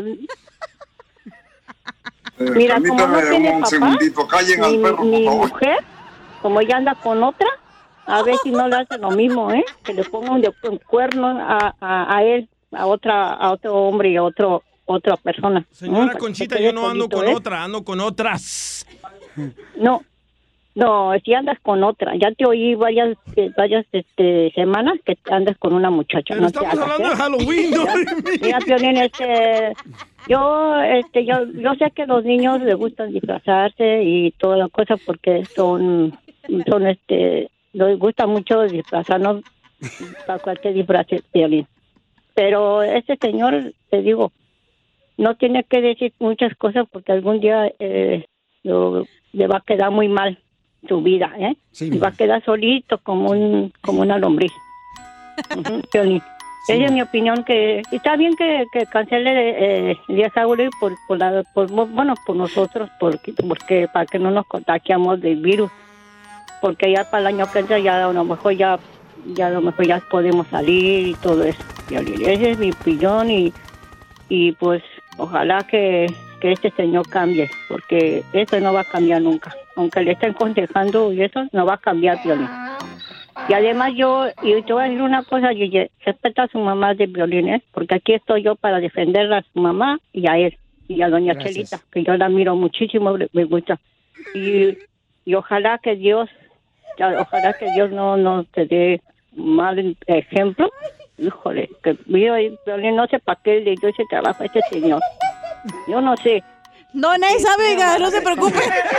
Eh, Mira, como no permítame tiene un papá, segundito, callen mi, al perro, mi por favor. mujer, como ella anda con otra, a ver si no le hace lo mismo, ¿eh? Que le pongan de un cuerno a, a, a él, a otra, a otro hombre y a otro, otra persona. Señora ¿no? Conchita, Que yo quede no ando solito, con ¿eh? otra, ando con otras. No, no, si andas con otra. Ya te oí varias, eh, varias este, semanas que andas con una muchacha. Pero no te estamos hagas, hablando ¿eh? de Halloween, ¿no? Mira, Piolín, este, yo, este, yo, yo sé que los niños les gustan disfrazarse y toda la cosa porque son, son, este, les gusta mucho disfrazarnos para cualquier disfraz, Piolín. Pero este señor, te digo, no tiene que decir muchas cosas porque algún día eh, lo- le va a quedar muy mal su vida, ¿eh? Sí, y va a quedar solito como un, como una lombriz. Ujú, Piolín. Esa es mi opinión, que está bien que, que cancele eh, el día Halloween por, por, la, por, bueno, por nosotros, porque, porque para que no nos contagiamos del virus, porque ya para el año que entra ya a lo mejor ya, ya a lo mejor ya podemos salir y todo eso. Piolín. Esa es mi opinión y, y pues ojalá que, que este señor cambie, porque eso no va a cambiar nunca. Aunque le estén aconsejando y eso, no va a cambiar, Piolín. Y además yo, y te voy a decir una cosa, Gigi, respeta a su mamá de Piolín, ¿eh? Porque aquí estoy yo para defenderla a su mamá y a él, y a doña Gracias. Chelita, que yo la admiro muchísimo, me gusta. Y, y ojalá que Dios, ojalá que Dios no, no te dé mal ejemplo. Híjole, que yo, Piolín, no sé para qué le dio ese trabajo a este señor. Yo no sé. No, nadie sabe, oiga, no se preocupe.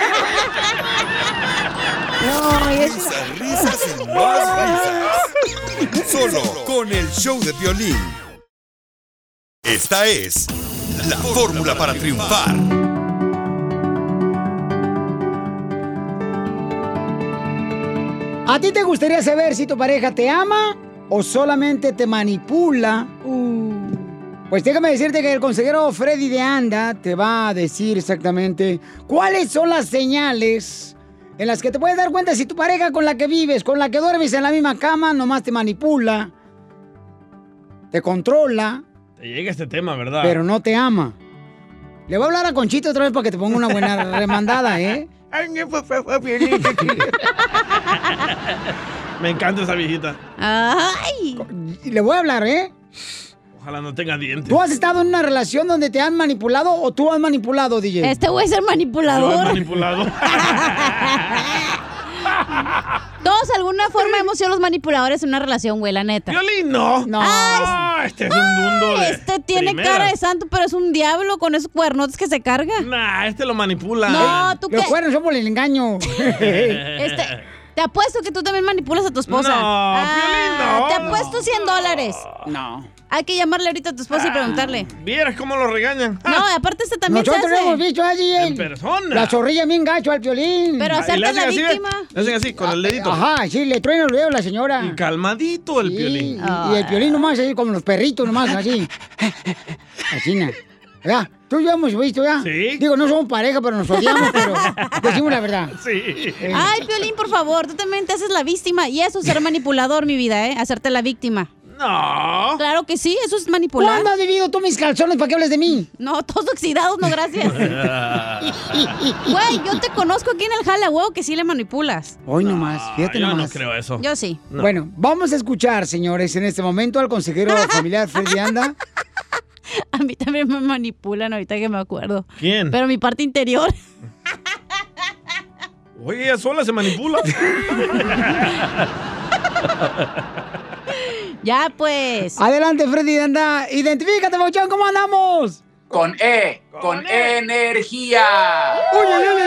No, risas, risas y más risas. Solo con el show de Piolín. Esta es la fórmula para triunfar. ¿A ti te gustaría saber si tu pareja te ama o solamente te manipula? Uh. Pues déjame decirte que el consejero Freddy de Anda te va a decir exactamente cuáles son las señales en las que te puedes dar cuenta si tu pareja con la que vives, con la que duermes en la misma cama, nomás te manipula, te controla, Te llega este tema, ¿verdad? pero no te ama. Le voy a hablar a Conchito otra vez para que te ponga una buena remandada, ¿eh? Me encanta esa viejita. Ay. Le voy a hablar, ¿eh? Ojalá no tenga dientes. ¿Tú has estado en una relación donde te han manipulado o tú has manipulado, D J? Este güey es el manipulador. Yo he manipulado. Todos, de alguna forma, hemos sido los manipuladores en una relación, güey, la neta. Violín, no. No. Ay, este es un mundo de Este tiene primeras. cara de santo, pero es un diablo con esos cuernotes que se carga. Nah, este lo manipula. No, ¿tú Los qué? cuernos son por el engaño. Este, te apuesto que tú también manipulas a tu esposa. No, Ah, Piolín, no, Te apuesto cien dólares. No. Hay que llamarle ahorita a tu esposa y preguntarle. ¿Vieras cómo lo regañan? No, aparte este también Nosotros se lo hace. hemos visto allí. En persona. La zorrilla bien gacho al Piolín. Pero Ah, y hacerte le hacen la así, ¿eh? víctima. Le hacen así, con el dedito. Ajá, sí, le truena el dedo a la señora. Y calmadito el Sí, Piolín. Y, y el Piolín nomás, así como los perritos nomás, así. Así, na. ¿Verdad? Tú y yo hemos visto, ¿ya? Sí. Digo, no somos pareja, pero nos odiamos, pero decimos la verdad. Sí. Eh, Ay, Piolín, por favor, tú también te haces la víctima. Y eso es ser manipulador, mi vida, ¿eh? Hacerte la víctima. No. Claro que sí, eso es manipular. ¿Cuándo has vivido tú mis calzones para que hables de mí? No, todos oxidados, no, gracias. Güey, yo te conozco aquí en el jala, huevo, que sí le manipulas. Hoy nomás, fíjate Yo no nomás. creo eso. Yo sí. No. Bueno, vamos a escuchar, señores, en este momento al consejero familiar Freddy Anda. A mí también me manipulan ahorita que me acuerdo. ¿Quién? Pero mi parte interior. Oye, ella sola se manipula. Ya, pues. Adelante, Freddy Anda. Identifícate, Bauchón, ¿cómo andamos? Con E, con, energía. ¡Uy, uy,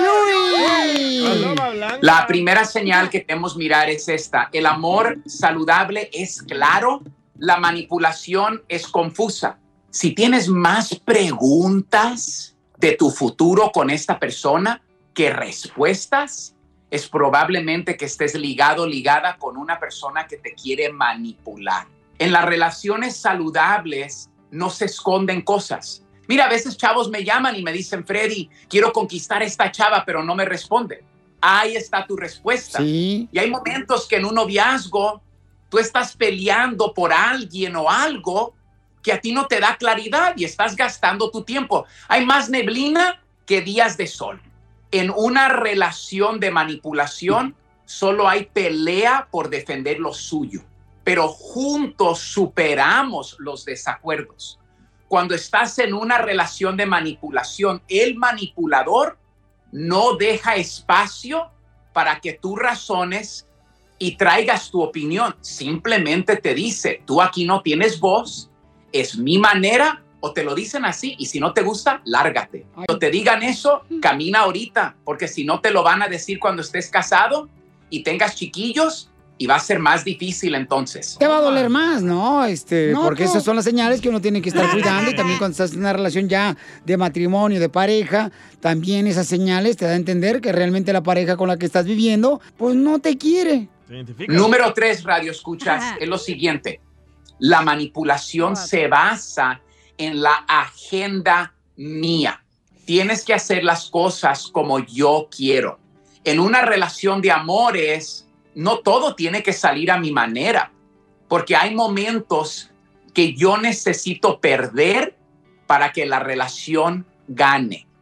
uy, uy! Paloma blanca. La primera señal que debemos mirar es esta. El amor saludable es claro, la manipulación es confusa. Si tienes más preguntas de tu futuro con esta persona que respuestas, es probablemente que estés ligado, ligada con una persona que te quiere manipular. En las relaciones saludables no se esconden cosas. Mira, a veces chavos me llaman y me dicen, Freddy, quiero conquistar a esta chava, pero no me responde. Ahí está tu respuesta. Sí. Y hay momentos que en un noviazgo tú estás peleando por alguien o algo que a ti no te da claridad y estás gastando tu tiempo. Hay más neblina que días de sol. En una relación de manipulación solo hay pelea por defender lo suyo, pero juntos superamos los desacuerdos. Cuando estás en una relación de manipulación, el manipulador no deja espacio para que tú razones y traigas tu opinión. Simplemente te dice, tú aquí no tienes voz, es mi manera, o te lo dicen así, y si no te gusta, lárgate. Cuando te digan eso, camina ahorita, porque si no te lo van a decir cuando estés casado y tengas chiquillos, y va a ser más difícil entonces. Te va a doler más, ¿no? Este, No, porque no. esas son las señales que uno tiene que estar cuidando y también cuando estás en una relación ya de matrimonio, de pareja, también esas señales te dan a entender que realmente la pareja con la que estás viviendo, pues no te quiere. Número tres, radio escuchas, es lo siguiente. La manipulación se basa en la agenda mía. Tienes que hacer las cosas como yo quiero. En una relación de amores, no todo tiene que salir a mi manera, porque hay momentos que yo necesito perder para que la relación gane.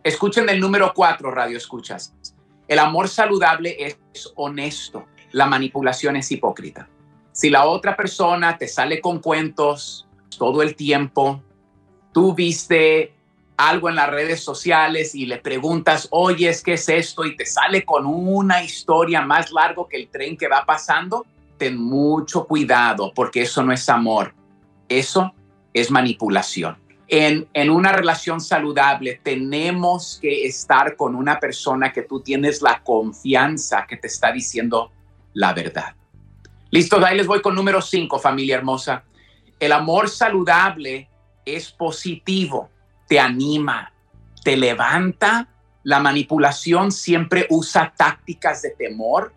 Escuchen el número cuatro, radio escuchas. El amor saludable es honesto. La manipulación es hipócrita. Si la otra persona te sale con cuentos todo el tiempo, tú viste algo en las redes sociales y le preguntas, oye, ¿qué es esto? Y te sale con una historia más larga que el tren que va pasando, ten mucho cuidado porque eso no es amor. Eso es manipulación. En, en una relación saludable tenemos que estar con una persona que tú tienes la confianza que te está diciendo la verdad. Listo, ahí les voy con número cinco, familia hermosa. El amor saludable es positivo, te anima, te levanta. La manipulación siempre usa tácticas de temor.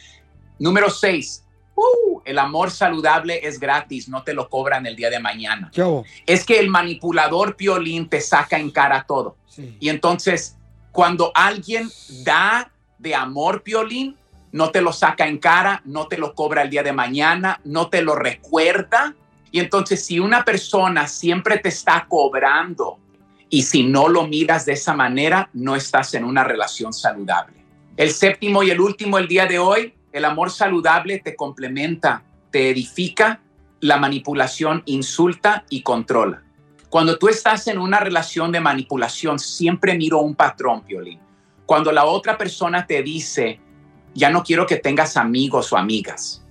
Número seis, uh, el amor saludable es gratis, no te lo cobran el día de mañana. Yo. Es que el manipulador Piolín te saca en cara todo. Sí. Y entonces, cuando alguien da de amor Piolín, no te lo saca en cara, no te lo cobra el día de mañana, no te lo recuerda. Y entonces, si una persona siempre te está cobrando y si no lo miras de esa manera, no estás en una relación saludable. El séptimo y el último el día de hoy, el amor saludable te complementa, te edifica, la manipulación insulta y controla. Cuando tú estás en una relación de manipulación, siempre miro un patrón, Piolín. Cuando la otra persona te dice, ya no quiero que tengas amigos o amigas,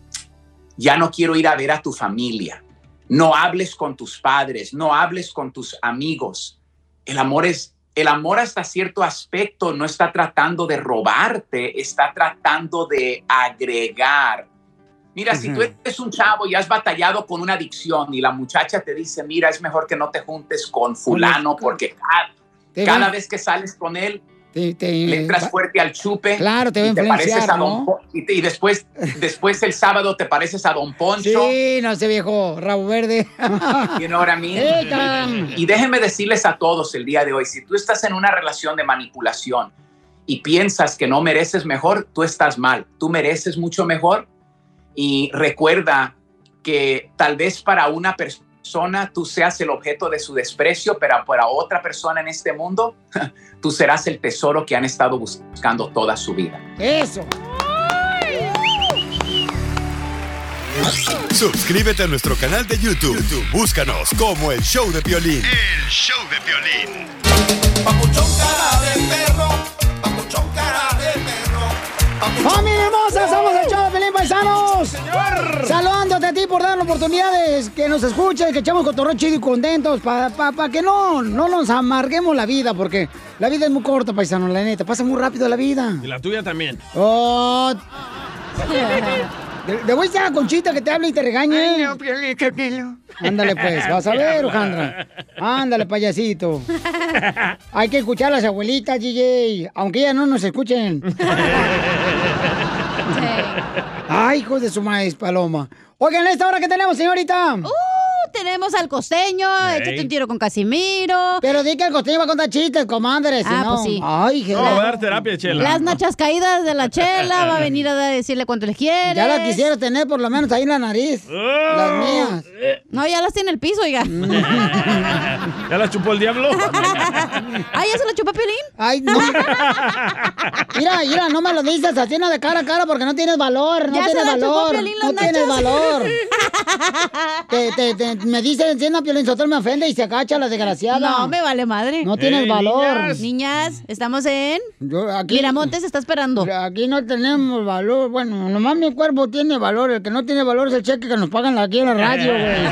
ya no quiero ir a ver a tu familia, no hables con tus padres, no hables con tus amigos. El amor es, el amor hasta cierto aspecto no está tratando de robarte, está tratando de agregar. Mira, uh-huh. si tú eres un chavo y has batallado con una adicción y la muchacha te dice, mira, es mejor que no te juntes con fulano porque cada, cada vez que sales con él, Te, te, le entras fuerte al chupe. Claro, te va a influenciar, a ¿no? Don, y, te, y después, después el sábado te pareces a Don Poncho. Sí, no sé, viejo, rabo verde. You know what I mean? Y déjenme decirles a todos el día de hoy, si tú estás en una relación de manipulación y piensas que no mereces mejor, tú estás mal. Tú mereces mucho mejor. Y recuerda que tal vez para una persona tú seas el objeto de su desprecio, pero para otra persona en este mundo, tú serás el tesoro que han estado buscando toda su vida. ¡Eso! Suscríbete a nuestro canal de YouTube. YouTube. Búscanos como El Show de Piolín. El Show de Piolín. Papuchón cara de perro, papuchón cara de perro. ¡Familia hermosa! ¡Somos El Show de Piolín, paisanos! ¡Señor! Saludándote a ti por darnos oportunidades, que nos escuchen, que echamos cotorreo chido y contentos, para pa, pa que no, no nos amarguemos la vida, porque la vida es muy corta, paisano, la neta, pasa muy rápido la vida. Y la tuya también. Oh... Le voy a decir a Conchita que te hable y te regañe. Ay, no, Piolín, qué pelo. Ándale, pues, vas a ver, Alejandra. Ándale, payasito. Hay que escuchar a las abuelitas, D J, aunque ellas no nos escuchen. Ay, hijos de su maíz, Paloma. Oigan, ¿esta hora qué tenemos, señorita? Uh, tenemos al costeño, hey. Échate un tiro con Casimiro. Pero di que el costeño va a contar chistes, comadre, si ah, no. Pues sí. Ay, no, va a dar terapia, Chela. Las nachas caídas de la Chela, va a venir a decirle cuánto les quiere. Ya las quisiera tener por lo menos ahí en la nariz. Oh. Las mías. No, ya las tiene en el piso, oiga. ¿Ya las chupó el diablo? ¿Ah, ya se la chupó Piolín? Ay, no. Mira, mira, no me lo dices así, no de cara a cara porque no tienes valor, no ya tienes se la valor. Chupó Piolín, no nachos. tienes valor. te, te, te, me dicen, si una Piolín Sotelo me ofende y se agacha la desgraciada. No, me vale madre. No tienes hey, valor. Niñas, niñas estamos en... Yo, aquí, Miramontes está esperando. Aquí no tenemos valor. Bueno, nomás mi cuerpo tiene valor. El que no tiene valor es el cheque que nos pagan aquí en la radio, güey.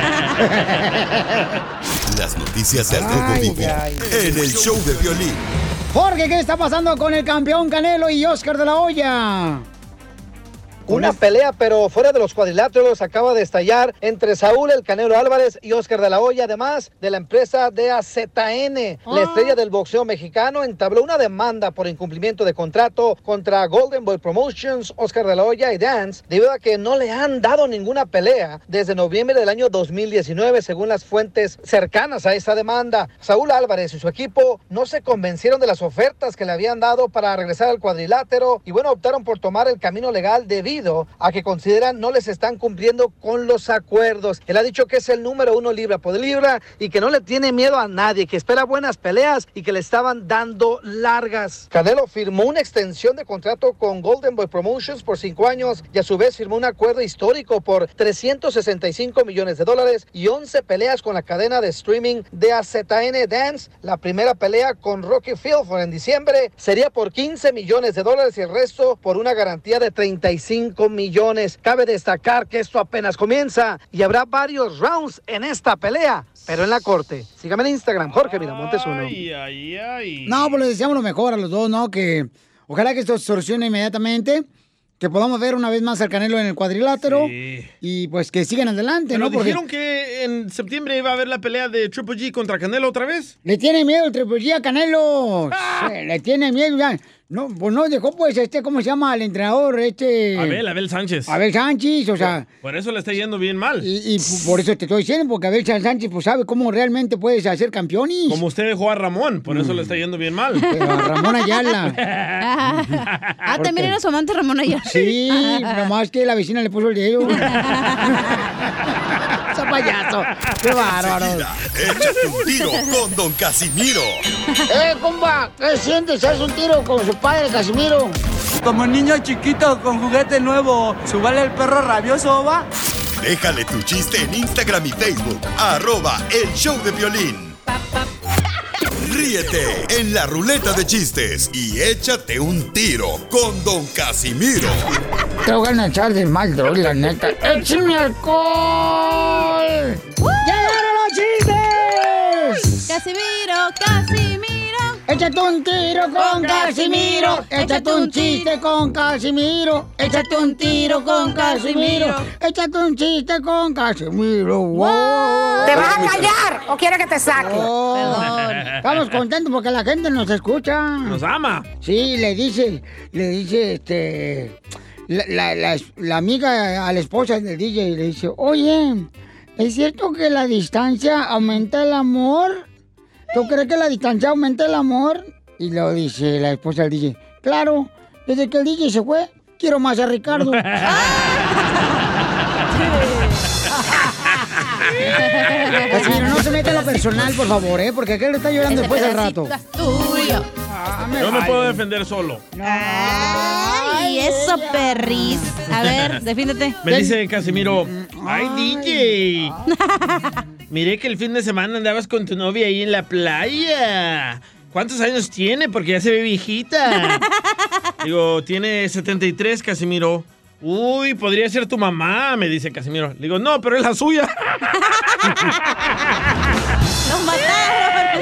Las noticias del Rojo Vivo en el Show de Piolín. Jorge, ¿qué está pasando con el campeón Canelo y Oscar de la Hoya? Una pelea, pero fuera de los cuadriláteros, acaba de estallar entre Saúl El Canelo Álvarez y Oscar de la Hoya, además de la empresa D A Z N. Oh. La estrella del boxeo mexicano entabló una demanda por incumplimiento de contrato contra Golden Boy Promotions, Oscar de la Hoya y Dance, debido a que no le han dado ninguna pelea desde noviembre del año dos mil diecinueve, según las fuentes cercanas a esta demanda. Saúl Álvarez y su equipo no se convencieron de las ofertas que le habían dado para regresar al cuadrilátero y bueno, optaron por tomar el camino legal debido debido a que consideran no les están cumpliendo con los acuerdos. Él ha dicho que es el número uno libra por libra y que no le tiene miedo a nadie, que espera buenas peleas y que le estaban dando largas. Canelo firmó una extensión de contrato con Golden Boy Promotions por cinco años y a su vez firmó un acuerdo histórico por trescientos sesenta y cinco millones de dólares y once peleas con la cadena de streaming de A Z N Dance. La primera pelea con Rocky Fieldford en diciembre sería por quince millones de dólares y el resto por una garantía de treinta y cinco millones. Cabe destacar que esto apenas comienza y habrá varios rounds en esta pelea, pero en la corte. Sígame en Instagram, Jorge Miramontes uno. Ay, ay, ay. No, pues les deseamos lo mejor a los dos, ¿no? Que ojalá que esto se solucione inmediatamente, que podamos ver una vez más al Canelo en el cuadrilátero Sí. y pues que sigan adelante, Pero ¿no? Porque dijeron que en septiembre iba a haber la pelea de Triple G contra Canelo otra vez. le tiene miedo el Triple G a Canelo. ¡Ah! Sí, le tiene miedo ya. No, pues no dejó pues este, ¿cómo se llama? El entrenador, este... Abel, Abel Sánchez. Abel Sánchez, o sea... Por eso le está yendo bien mal. Y, y por eso te estoy diciendo, porque Abel Sánchez pues sabe cómo realmente puedes hacer campeones. Como usted dejó a Ramón, por eso le está yendo bien mal. Pero a Ramón Ayala. Ah, también era su amante Ramón Ayala. Sí, nomás que la vecina le puso el dedo. ¡Ese payaso! ¡Qué bárbaro! Enseguida, échate un tiro con Don Casimiro. ¡Eh, compa! ¿Qué sientes? ¿Haz un tiro con su padre, Casimiro? Como niño chiquito con juguete nuevo, ¿subale el perro rabioso, va? Déjale tu chiste en Instagram y Facebook, arroba el show de Piolín. Ríete en la ruleta de chistes y échate un tiro con Don Casimiro. Te voy a echar de mal, droga, la neta. ¡Échame alcohol! ¡Llegaron los chistes! Casimiro, Casimiro. Échate un tiro con Casimiro. Échate un chiste con Casimiro. Échate un tiro con Casimiro. Échate un chiste con Casimiro. ¡Wow! ¿Te vas a callar o quiero que te saque? Oh, Perdón. estamos contentos porque la gente nos escucha. Nos ama. Sí, le dice, le dice, este, la, la, la, la amiga a la esposa del D J le dice, oye, ¿es cierto que la distancia aumenta el amor? ¿Tú crees que la distancia aumenta el amor? Y lo dice la esposa del D J, claro, desde que el D J se fue, quiero más a Ricardo. Casimiro, no se meta en lo personal, por favor, ¿eh? Porque aquel está llorando Ese después al rato. pedacito es tuyo. Ah, me Yo me vale. puedo defender solo. Ay, eso, perris. A ver, defiéndete. Me dice Casimiro, ay, D J, miré que el fin de semana andabas con tu novia ahí en la playa. ¿Cuántos años tiene? Porque ya se ve viejita. Digo, tiene setenta y tres, Casimiro. Uy, podría ser tu mamá, me dice Casimiro. Le digo, no, pero es la suya. ¡Nos mataron!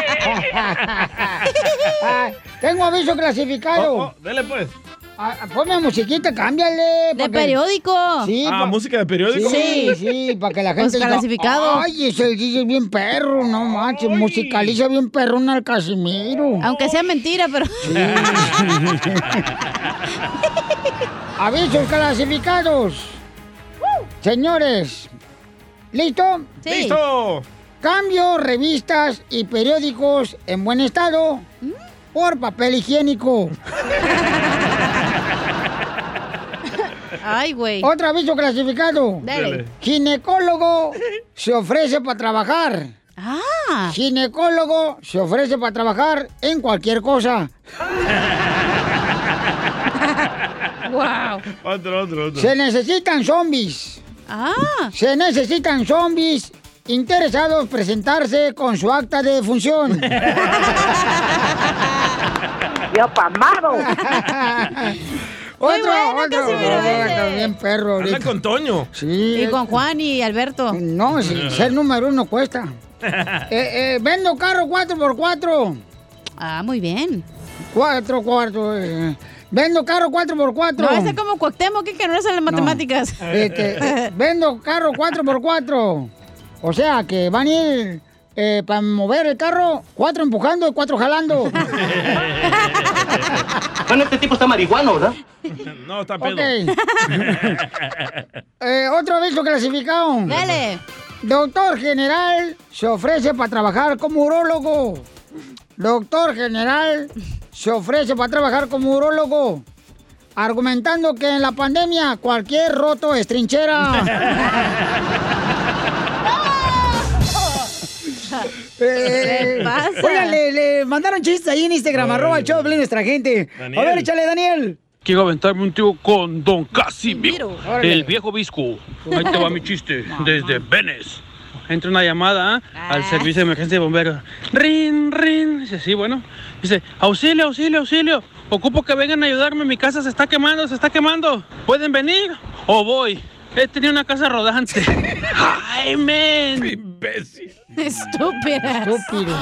Ay, tengo aviso clasificado. Oh, oh, dele pues. Ah, ponme musiquita, cámbiale. De periódico. Sí, Ah, pa- música de periódico. Sí, sí, para que la gente Pues clasificado. Ay, ese D J es bien perro, no manches, musicaliza bien perrón al Casimiro. Aunque sea mentira, pero... Avisos clasificados. Señores, ¿listo? Sí. ¡Listo! Cambio revistas y periódicos en buen estado por papel higiénico. Ay, güey. Otro aviso clasificado. Dale. Ginecólogo se ofrece para trabajar. Ah. Ginecólogo se ofrece para trabajar en cualquier cosa. Wow. Otro, otro, otro. Se necesitan zombies. Ah. Se necesitan zombies interesados presentarse con su acta de defunción. ¡Yo pamado! Muy Otro, bueno, otro. Casimiro, ese. Otro, bien perro Anda ahorita. con Toño. Sí. Y con Juan y Alberto. No, sí, ser número uno cuesta. Eh, eh, vendo carro cuatro por cuatro. Ah, muy bien. Cuatro, cuatro. eh. Vendo carro cuatro por cuatro. No, ese como Cuauhtémoc, que no es en las matemáticas. Este, eh, vendo carro cuatro por cuatro. O sea, que van a ir eh, para mover el carro, cuatro empujando y cuatro jalando. Bueno, este tipo está marihuano, ¿verdad? No, está pedo. Ok. Eh, otro aviso clasificado. Dale. Doctor general se ofrece para trabajar como urólogo. Doctor general se ofrece para trabajar como urólogo. argumentando que en la pandemia cualquier roto es trinchera. Eh, ¿Qué pasa? Oigan, le, le mandaron chistes ahí en Instagram, Ay. arroba el show de Piolín, nuestra gente. Daniel. A ver, échale, Daniel. Quiero aventarme un tiro con Don Casimiro, Órale. el viejo visco. Ahí te va mi chiste, desde Venice. Entra una llamada ¿eh? al servicio de emergencia de bomberos. Rin, rin. Dice, sí, bueno. Dice, auxilio, auxilio, auxilio. Ocupo que vengan a ayudarme, mi casa se está quemando, se está quemando. ¿Pueden venir o voy? He tenido una casa rodante. ¡Ay, men! Imbécil. Estúpida. Estúpido.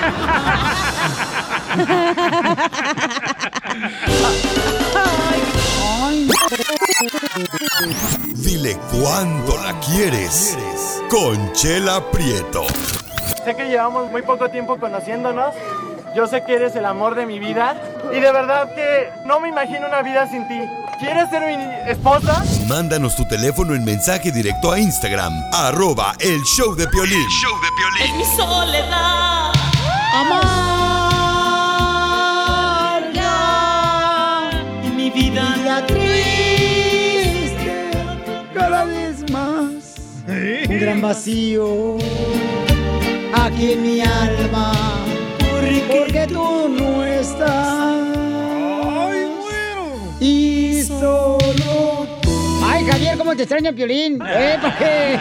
Dile cuándo la quieres. Conchela Prieto. Sé que llevamos muy poco tiempo conociéndonos. Yo sé que eres el amor de mi vida. Y de verdad que no me imagino una vida sin ti. ¿Quieres ser mi esposa? Mándanos tu teléfono en mensaje directo a Instagram, arroba el show de Piolín. Es mi soledad. Amarga Y mi vida vida triste cada vez más. Un gran vacío aquí en mi alma. Porque tú no estás. Y solo tú. Ay, Javier, cómo te extraña Piolín. ¿Eh? ¿Para qué?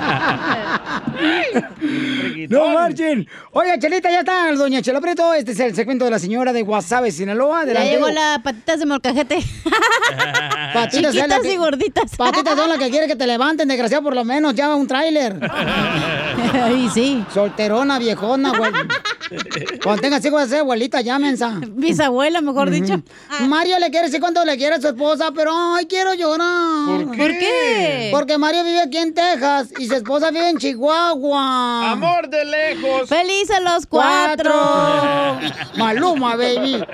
No marchen. Oiga, Chelita, ya está, doña Chela Prieto. Este es el segmento de la señora de Guasave, Sinaloa. Ya Adelante. llegó la patitas de molcajete. Patitas Chiquitas son la y gorditas. Patitas son las que quieren que te levanten, desgraciado, por lo menos. Ya un tráiler. Ay, sí. Solterona, viejona, güey. Cuando tengas hijos, esa abuelita, llámensa. Bisabuela, mejor dicho. Mario le quiere decir cuánto le quiere a su esposa, pero ay, quiero llorar. ¿Por qué? ¿Por qué? Porque Mario vive aquí en Texas y su esposa vive en Chihuahua. Amor de lejos. ¡Felices los cuatro! Maluma, baby.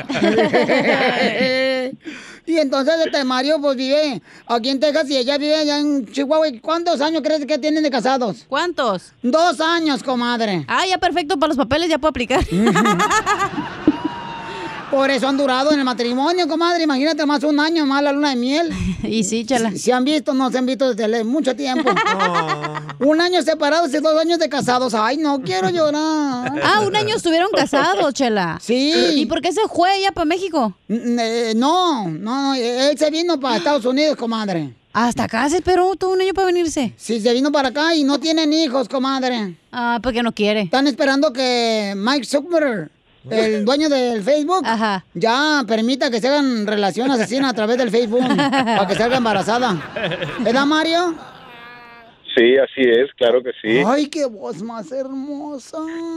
Y entonces este Mario pues vive aquí en Texas y ella vive allá en Chihuahua. ¿Y cuántos años crees que tienen de casados? ¿Cuántos? Dos años, comadre. Ah, ya perfecto, para los papeles ya puedo aplicar. Por eso han durado en el matrimonio, comadre. Imagínate más un año más la luna de miel. Y sí, chala. Si, si han visto, no se han visto desde mucho tiempo. Un año separados y dos años de casados. Ay, no quiero llorar. Ah, un año estuvieron casados, Chela. Sí. ¿Y por qué se fue ella para México? Eh, no, no, no, él se vino para Estados Unidos, comadre. Hasta acá se esperó todo un año para venirse. Sí, se vino para acá y no tienen hijos, comadre. Ah, porque no quiere. Están esperando que Mike Zuckerberg, el dueño del Facebook, Ajá. ya permita que se hagan relación asesina a través del Facebook para que salga embarazada. ¿Verdad, Mario? Sí, así es, claro que sí. Ay, qué voz más hermosa.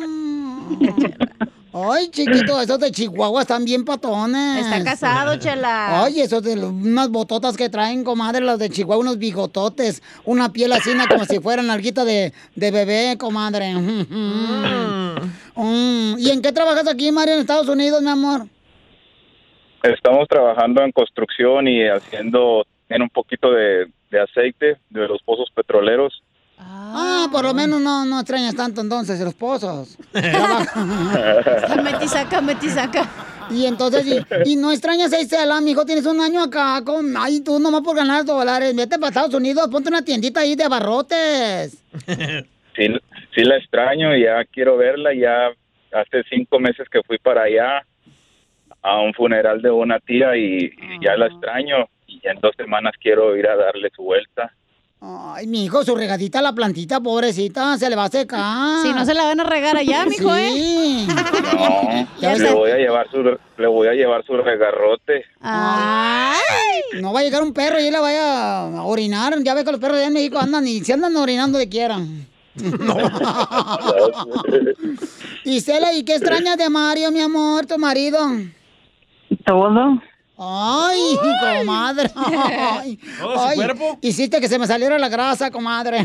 Ay, chiquito, esos de Chihuahua están bien patones. Está casado, Chela. Ay, esos de los- unas bototas que traen, comadre, los de Chihuahua, unos bigototes, una piel así na, como si fueran alguita de, de bebé, comadre. Mm. Mm. ¿Y en qué trabajas aquí, Mario, en Estados Unidos, mi amor? Estamos trabajando en construcción y haciendo en un poquito de, de aceite de los pozos petroleros. Ah, por lo menos no, no extrañas tanto entonces los pozos. Metí saca, metí saca. Y entonces, y, y no extrañas a Isela, mijo, tienes un año acá con... Ay, tú nomás por ganar dólares, vete para Estados Unidos, ponte una tiendita ahí de abarrotes. Sí, sí la extraño y ya quiero verla. Ya hace cinco meses que fui para allá a un funeral de una tía y, y ya la extraño. Y ya en dos semanas quiero ir a darle su vuelta. Ay, mijo, su regadita a la plantita, pobrecita, se le va a secar. Si no se la van a regar allá, mijo, sí. No, Ya le sé. voy a llevar su le voy a llevar su regarrote. Ay. No va a llegar un perro y él la vaya a orinar. Ya ve que los perros allá en México andan y se andan orinando de quieran. Isela, ¿y qué extrañas de Mario, mi amor, tu marido? Todo. Ay, comadre. Ay, ¿Todo su ay, cuerpo? hiciste que se me saliera la grasa, comadre.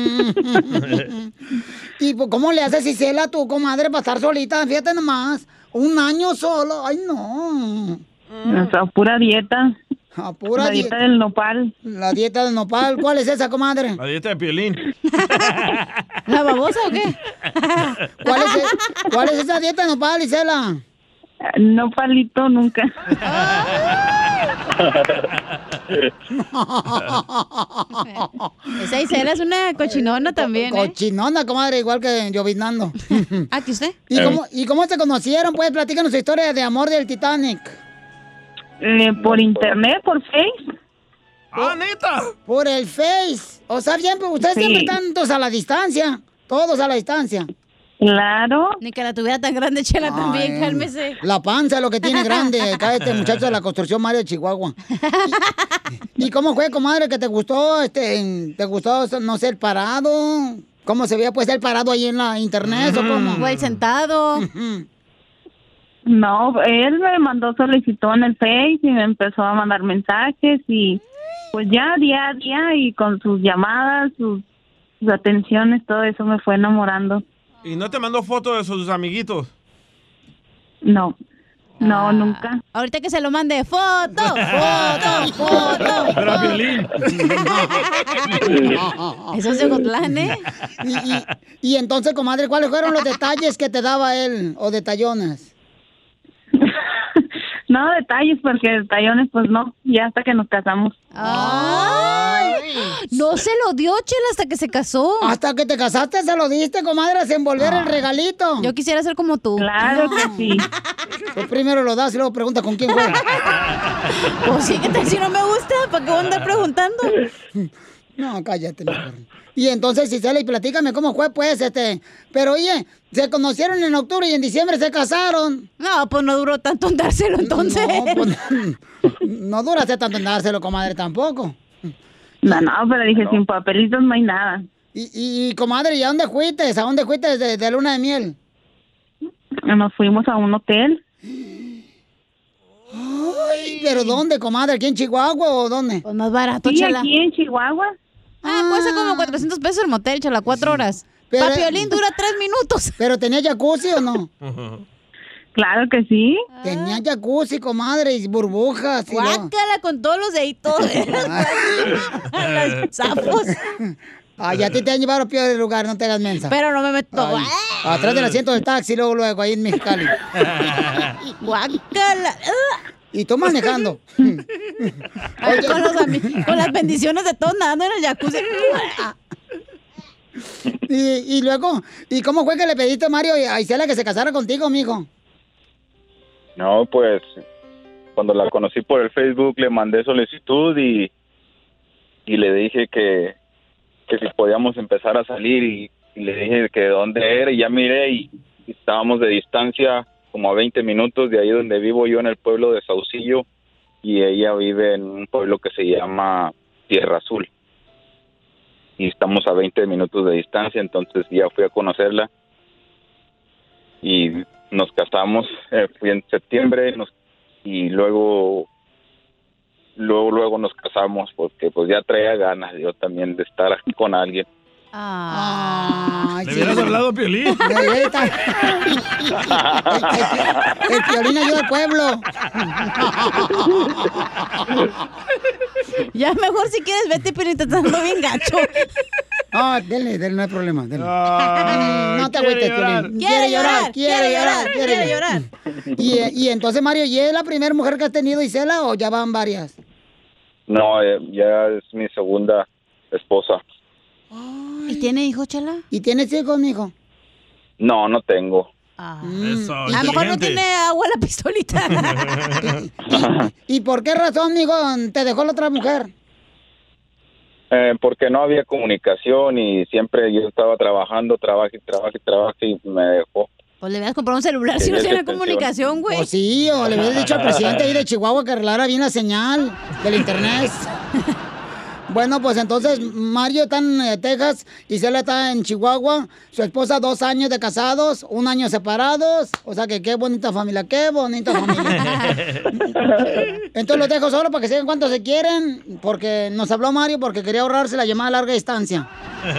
¿Y pues, cómo le haces, Isela, a tu comadre para estar solita? Fíjate nomás. Un año solo. Ay, no. O sea, pura dieta. A pura la dieta. dieta del nopal. La dieta del nopal. ¿Cuál es esa, comadre? La dieta de Piolín. ¿La babosa o qué? ¿Cuál es, ¿Cuál es esa dieta de nopal, Isela? No palito nunca. Esa Isela es una cochinona también, ¿eh? Cochinona, comadre, igual que lloviznando. ¿Aquí usted? ¿Y cómo, ¿Y cómo se conocieron? Pues platícanos su historia de amor del Titanic. Eh, por internet, por Face. ¡Ah, neta! Por el Face. O sea, bien, pues, ustedes Sí. siempre están todos a la distancia. Todos a la distancia. Claro. Ni que la tuviera tan grande, Chela, también, Ay, cálmese. La panza es lo que tiene grande. Acá este muchacho de la construcción Mario de Chihuahua. ¿Y, y cómo fue, comadre, que te gustó? Este, en- ¿Te gustó, no sé, el parado? ¿Cómo se veía, pues, el parado ahí en la internet o cómo? O el sentado. No, él me mandó solicitó en el Face y me empezó a mandar mensajes y pues ya día a día y con sus llamadas, sus, sus atenciones, todo eso me fue enamorando. ¿Y no te mandó fotos de sus amiguitos? No, no, nunca. Ahorita que se lo mande, foto, foto, foto. Pero a Piolín. Eso es de Ocotlán, ¿eh? Y, y- y entonces, comadre, ¿cuáles fueron los detalles que te daba él? ¿O detallones? No detalles, porque detallones pues no, ya hasta que nos casamos. Ay, no se lo dio, Chela, hasta que se casó. Hasta que te casaste se lo diste, comadre, a envolver el regalito. Yo quisiera ser como tú. Claro que sí. Tú primero lo das y luego pregunta con quién fue. Pues sí, ¿qué tal si no me gusta? ¿Para qué voy a andar preguntando? No, cállate, mejor. Y entonces, Gisela, y platícame cómo fue, pues, este... Pero, oye, se conocieron en octubre y en diciembre se casaron. No, pues no duró tanto en dárselo, entonces. No, pues, no duraste tanto en dárselo, comadre, tampoco. No, no, pero dije, sin papelitos no hay nada. Y, y, y, comadre, ¿y a dónde fuiste? ¿A dónde fuiste de, de luna de miel? Nos fuimos a un hotel. Ay, ¿pero dónde, comadre? ¿Aquí en Chihuahua o dónde? Pues más barato, Sí, Chela. aquí en Chihuahua. Ah, cuesta como cuatrocientos pesos el motel, Chela, cuatro horas. Pero- Pa' Piolín dura tres minutos. ¿Pero tenía jacuzzi o no? Claro que sí. Tenía jacuzzi, comadre, y burbujas. Y lo- Guácala con todos los deditos. Los sapos. Ay, a ti te han llevado a peor lugar, no te hagas mensa. Pero no me meto. Ay, atrás del asiento del taxi, luego, luego, ahí en Mexicali. Guácala. Y tú manejando. Ay, con, los ami- con las bendiciones de todos nadando en el jacuzzi. Y, y luego, ¿y cómo fue que le pediste a Mario a Isela que se casara contigo, mijo? No, pues cuando la conocí por el Facebook le mandé solicitud y, y le dije que, que si podíamos empezar a salir y, y le dije que de dónde era y ya miré y, y estábamos de distancia como a veinte minutos de ahí donde vivo yo en el pueblo de Saucillo y ella vive en un pueblo que se llama Tierra Azul y estamos a veinte minutos de distancia, entonces ya fui a conocerla y nos casamos, eh, fui en septiembre nos, y luego luego luego nos casamos porque pues ya traía ganas yo también de estar aquí con alguien. Ay, ¿Le sí. hubieras hablado a Piolín? El, el Piolín ayuda al pueblo. Ya mejor si quieres vete, pero te estás dando bien gacho. No, denle, denle, no hay problema. Denle. Ay, No te quiere agüites, llorar. Piolín. Quiere llorar, quiere llorar, quiere llorar. Y, y entonces, Mario, ¿y es la primera mujer que has tenido, Isela, o ya van varias? No, eh, ya es mi segunda esposa. ¿Y tiene hijos, Chela? ¿Y tienes hijos, mijo? No, no tengo. Eso, A lo mejor no inteligente. tiene agua la pistolita. ¿Y por qué razón, mijo, te dejó la otra mujer? Eh, porque no había comunicación y siempre yo estaba trabajando, trabajo y trabajo y trabajo y me dejó. Pues le hubieras comprado un celular si no Tenía tiene extensión. comunicación, güey. O sí, o le hubieras dicho al presidente ahí de Chihuahua que arreglara bien la señal del internet. Bueno, pues entonces Mario está en eh, Texas, Isela está en Chihuahua, su esposa dos años de casados, un año separados, o sea que qué bonita familia, qué bonita familia. Entonces los dejo solo para que sigan cuánto se quieren, porque nos habló Mario porque quería ahorrarse la llamada a larga distancia.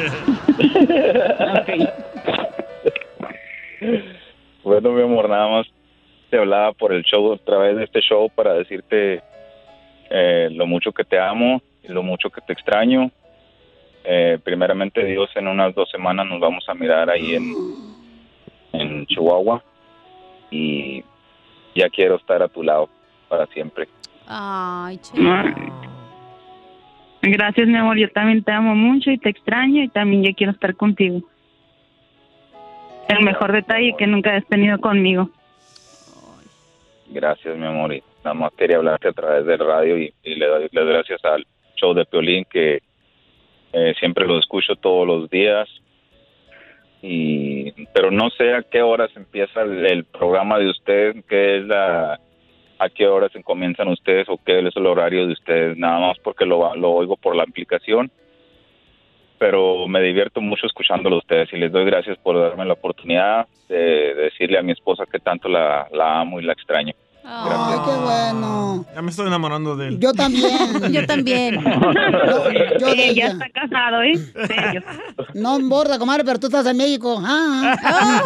Bueno, mi amor, nada más te hablaba por el show, a través de este show para decirte eh, lo mucho que te amo y lo mucho que te extraño. Eh, primeramente Dios, en unas dos semanas nos vamos a mirar ahí en, en Chihuahua y ya quiero estar a tu lado para siempre. Ay, Chela. Gracias, mi amor. Yo también te amo mucho y te extraño y también ya quiero estar contigo. El mejor detalle que nunca has tenido conmigo. Gracias, mi amor. Y nada más quería hablarte a través del radio y, y le doy las gracias al show de Piolín, que eh, siempre lo escucho todos los días. Y pero no sé a qué horas empieza el, el programa de ustedes, qué es la... a qué horas comienzan ustedes o qué es el horario de ustedes, nada más porque lo, lo oigo por la aplicación, pero me divierto mucho escuchándolo a ustedes y les doy gracias por darme la oportunidad de decirle a mi esposa que tanto la, la amo y la extraño. Ay, qué bueno. Ya me estoy enamorando de él. Yo también. Yo también. Yo, yo de Eh, ella. ya está casado, ¿eh? Serio. No importa, comadre, pero tú estás en México. Ah,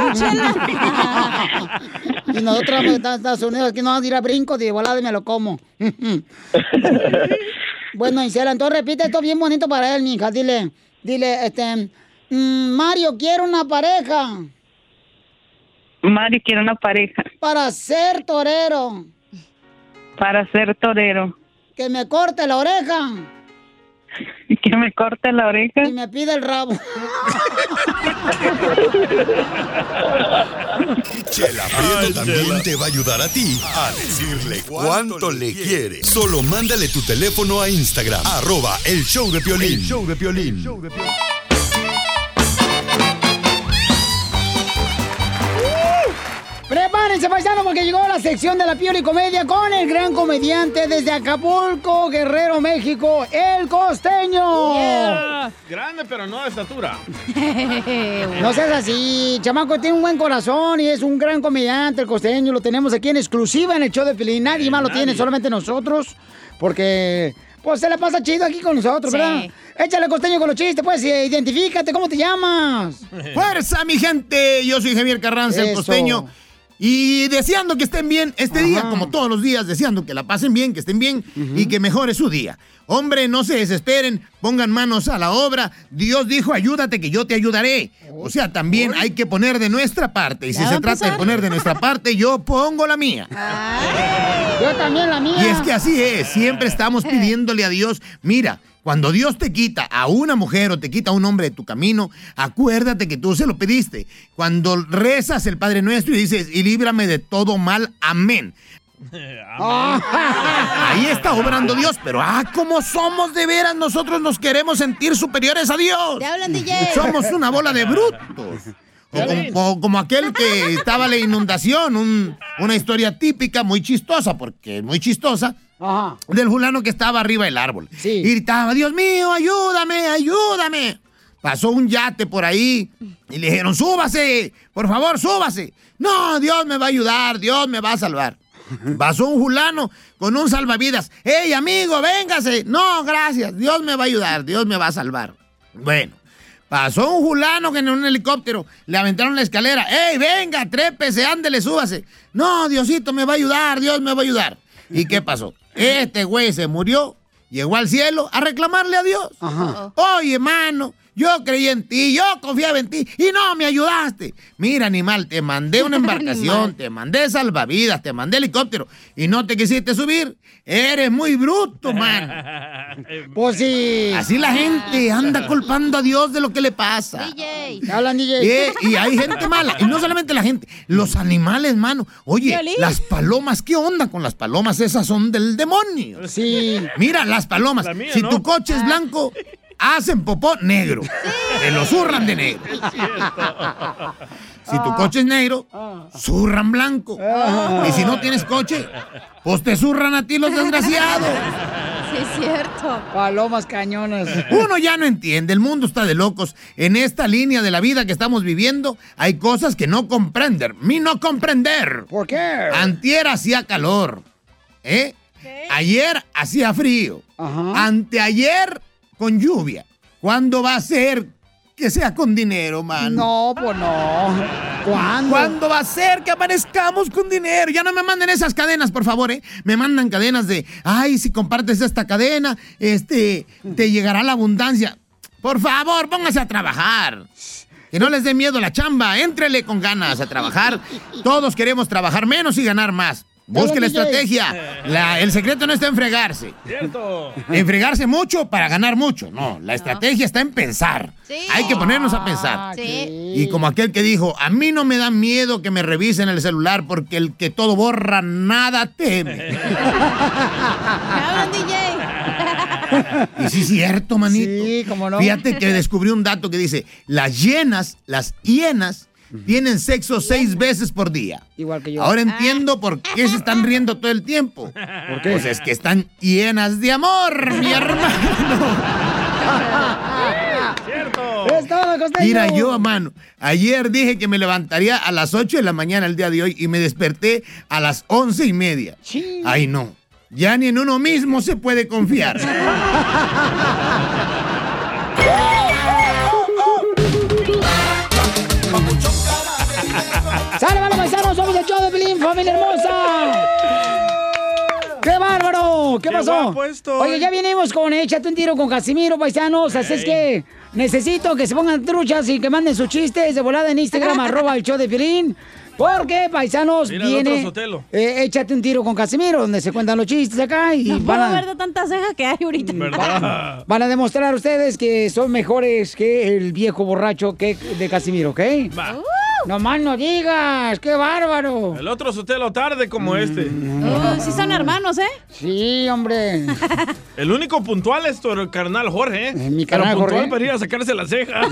ah. Y nosotros vamos a estar en Estados Unidos, aquí no vamos a ir a brinco, de volada y me lo como. Bueno, Isela, entonces repite esto bien bonito para él, mija. Dile, dile, este, mm, Mario, quiero una pareja. Mario quiere una pareja. Para ser torero. Para ser torero. Que me corte la oreja. Que me corte la oreja. Y me pide el rabo. Chela Prieto también te va a ayudar a ti a decirle cuánto le quiere. Solo mándale tu teléfono a Instagram, arroba el show de Piolín. El show de Piolín. Prepárense, paisanos, porque llegó la sección de la Pioli Comedia con el gran comediante desde Acapulco, Guerrero, México, El Costeño. Yeah. Grande, pero no de estatura. No seas así, chamaco, tiene un buen corazón y es un gran comediante, El Costeño. Lo tenemos aquí en exclusiva en el show de Piolín. Nadie Eh, más lo nadie. tiene, solamente nosotros, porque... Pues se la pasa chido aquí con nosotros, Sí. ¿verdad? Échale, Costeño, con los chistes, pues, eh, identifícate, ¿cómo te llamas? ¡Fuerza, mi gente! Yo soy Javier Carranza, el Eso. Costeño. Y deseando que estén bien este Ajá. día, como todos los días, deseando que la pasen bien, que estén bien y que mejore su día. Hombre, no se desesperen, pongan manos a la obra. Dios dijo, ayúdate que yo te ayudaré. O sea, también hay que poner de nuestra parte. Y si Ya va se a trata de empezar. poner de nuestra parte, yo pongo la mía. Yo también la mía. Y es que así es, siempre estamos pidiéndole a Dios, mira, cuando Dios te quita a una mujer o te quita a un hombre de tu camino, acuérdate que tú se lo pediste. Cuando rezas el Padre Nuestro y dices, y líbrame de todo mal, amén. Ahí está obrando Dios, pero ah, como somos de veras, nosotros nos queremos sentir superiores a Dios. Te hablan, D J. Somos una bola de brutos. O como, o como aquel que estaba en la inundación, un- una historia típica, muy chistosa, porque es muy chistosa, Ajá. del fulano que estaba arriba del árbol. Sí. Y gritaba, Dios mío, ayúdame, ayúdame. Pasó un yate por ahí y le dijeron, súbase, por favor, súbase. No, Dios me va a ayudar, Dios me va a salvar. Pasó un fulano con un salvavidas. ¡Ey, amigo, véngase! No, gracias, Dios me va a ayudar, Dios me va a salvar. Bueno, pasó un fulano que en un helicóptero le aventaron la escalera. ¡Ey, venga, trépese, ándele, súbase! No, Diosito me va a ayudar, Dios me va a ayudar. ¿Y qué pasó? Este güey se murió, llegó al cielo a reclamarle a Dios. Ajá. Oye, hermano, yo creí en ti, yo confiaba en ti y no me ayudaste. Mira, animal, te mandé una embarcación, Animal. te mandé salvavidas, te mandé helicóptero y no te quisiste subir. Eres muy bruto, man. Pues sí. Así la gente anda culpando a Dios de lo que le pasa. D J. ¿Te hablan, D J? Eh, y hay gente mala. Y no solamente la gente, los animales, mano. Oye, Piolín. las palomas, ¿qué onda con las palomas? Esas son del demonio. Sí. Mira, las palomas. La mía, si ¿no? tu coche Ah. es blanco, hacen popó negro. Te lo zurran de negro. Si tu coche es negro, zurran blanco. Y si no tienes coche, pues te zurran a ti los desgraciados. Sí, es cierto. Palomas cañonas. Uno ya no entiende, el mundo está de locos. En esta línea de la vida que estamos viviendo, hay cosas que no comprender. Mi no comprender. ¿Por qué? Antier hacía calor. ¿Eh? Ayer hacía frío. Ajá. Anteayer con lluvia. ¿Cuándo va a ser que sea con dinero, mano? No, pues no. ¿Cuándo? ¿Cuándo va a ser que amanezcamos con dinero? Ya no me manden esas cadenas, por favor, ¿eh? Me mandan cadenas de, ay, si compartes esta cadena, este, te llegará la abundancia. Por favor, póngase a trabajar. Que no les dé miedo la chamba, éntrele con ganas a trabajar. Todos queremos trabajar menos y ganar más. Busque la estrategia. La- el secreto no está en fregarse. Cierto. En fregarse mucho para ganar mucho. No, la estrategia está en pensar. Hay que ponernos a pensar. Sí. Y como aquel que dijo, a mí no me da miedo que me revisen el celular porque el que todo borra nada teme. Hablan, D J. Y sí es cierto, manito. Sí, cómo no. Fíjate que descubrí un dato que dice, las hienas, las hienas, tienen sexo seis veces por día. Igual que yo. Ahora entiendo por qué se están riendo todo el tiempo. ¿Por qué? Pues es que están llenas de amor, mi hermano. Cierto. Es todo, costeño. Mira, yo, mano, ayer dije que me levantaría a las ocho de la mañana el día de hoy y me desperté a las once y media. Sí. Ay, no. Ya ni en uno mismo se puede confiar. ¡Sale, vale, paisanos! ¡Somos el show de Pelín, familia hermosa! ¡Qué bárbaro! ¿Qué, Qué pasó? guapo estoy. Oye, ya venimos con Échate un tiro con Casimiro, paisanos. Así es que necesito que se pongan truchas y que manden sus chistes de volada en Instagram, arroba el show de Pelín. Porque, paisanos, Mira el viene otro Sotelo. eh, Échate un tiro con Casimiro, donde se cuentan los chistes acá y No van puedo a, ver de tanta ceja que hay ahorita. ¿Verdad? van a demostrar ustedes que son mejores que el viejo borracho que de Casimiro, ¿ok? Va. No más no digas, qué bárbaro. El otro Sotelo tarde como este. Uh, sí son hermanos, ¿eh? Sí, hombre. El único puntual es tu carnal Jorge, ¿eh? mi Pero carnal puntual Jorge. para ir a sacarse las cejas.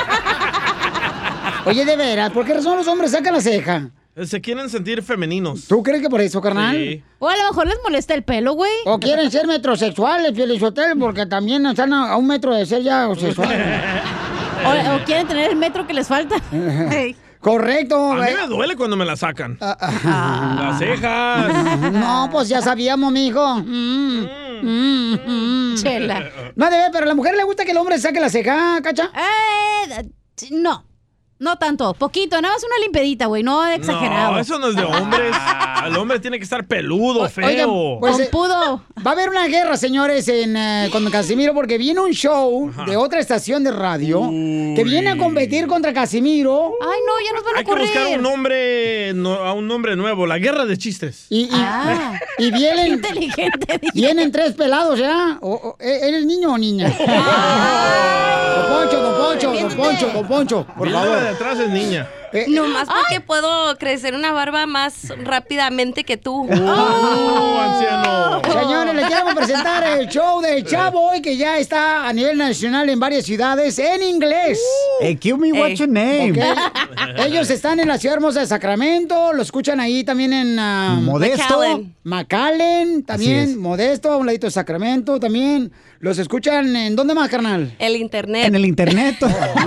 Oye, de veras, ¿por qué razón los hombres sacan la ceja? Se quieren sentir femeninos. ¿Tú crees que por eso, carnal? Sí. O a lo mejor les molesta el pelo, güey. O quieren ser metrosexuales, Pielizotel, porque también están a, a un metro de ser ya sexuales. O, o quieren tener el metro que les falta. Ey. Correcto. A mí güey. me duele cuando me la sacan. Ah. Las cejas. No, pues ya sabíamos, mijo. Mm, mm, mm. Chela. No, de ver, pero a la mujer le gusta que el hombre saque la ceja, ¿cacha? Eh, no. No tanto, poquito, nada más una limpedita, güey, no exagerado. No, eso no es de hombres. El hombre tiene que estar peludo, feo. Oigan, pues, eh, Pompudo. va a haber una guerra, señores, en, eh, con Casimiro, porque viene un show Ajá. de otra estación de radio Uy. que viene a competir contra Casimiro. Ay, no, ya nos van a Hay que correr. buscar un nombre, no- a un nombre nuevo. La guerra de chistes. Y, y, Ah. y vienen, Inteligente. dije. vienen tres pelados, ¿ya? O- o- ¿Eres niño o niña? Don Poncho, Don Poncho, Don Poncho, Don Poncho, por Mira, favor. la de atrás es niña. Eh, Nomás porque puedo crecer una barba más rápidamente que tú. ¡Oh, anciano! Señores, les quiero presentar el show del Chavo hoy, que ya está a nivel nacional en varias ciudades en inglés. Excuse me, what's your name? Ok. Ellos están en la ciudad hermosa de Sacramento, lo escuchan ahí también en ah, Modesto. McAllen. McAllen, también Así es. Modesto, a un ladito de Sacramento también. Los escuchan en ¿dónde más, carnal? El internet. En el internet.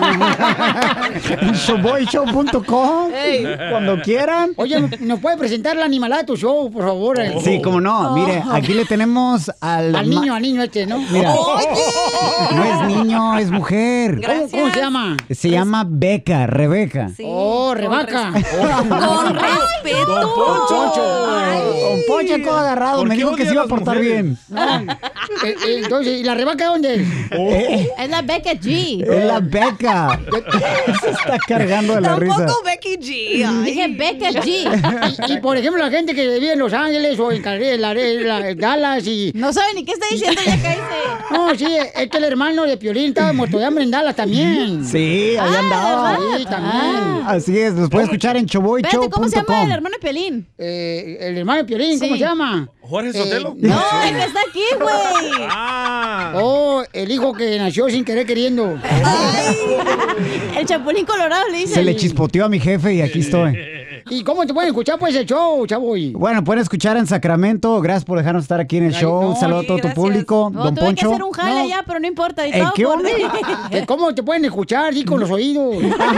En showboy show punto com. Ey. Cuando quieran. Oye, ¿nos puede presentar la animalada de tu show, por favor? Sí, cómo no. Mire, aquí le tenemos al... Al ma- niño, al niño este, ¿no? Mira. No es niño, es mujer. ¿Cómo, cómo se llama? Se llama Beca, Rebeca. Sí. Oh, Rebaca. Con respeto. Don Poncho. Don Poncho todo agarrado. ¿Por Me qué dijo que odia se iba a a las portar mujeres? bien. No. Eh, eh, entonces, ¿y la Rebaca dónde es? Eh, Es la Becca G. es la Beca. Se está cargando de la risa. Tampoco Becky G. Ay. Dije Becca G. Y, y, por ejemplo, la gente que vive en Los Ángeles o en Cali- la- la- Dallas y... No sabe ni qué está diciendo, ya cállese. No, sí, es que el hermano de Piolín estaba muerto de hambre en Dallas también. Sí, ahí andaba. Sí, también. Así es, los puede escuchar en showboy show Espérate, ¿cómo se punto llama el com. hermano de Piolín? Eh, el hermano de Piolín, ¿cómo Sí. se llama? ¿Jorge Sotelo? Eh, No, el que está aquí, güey. Ah. Oh, el hijo que nació sin querer queriendo. El chapulín colorado le dice. Se le chispoteó a mi jefe y aquí estoy. ¿Y cómo te pueden escuchar pues el show, chavo? Y- Bueno, pueden escuchar en Sacramento. Gracias por dejarnos estar aquí en el Ay, show. no, Un saludo a sí, todo tu gracias. público. No, Don tuve que Poncho. hacer un jale No. allá, pero no importa. Y Eh, todo ¿qué por onda? mí. ¿Que ¿Cómo te pueden escuchar? Sí, con los oídos.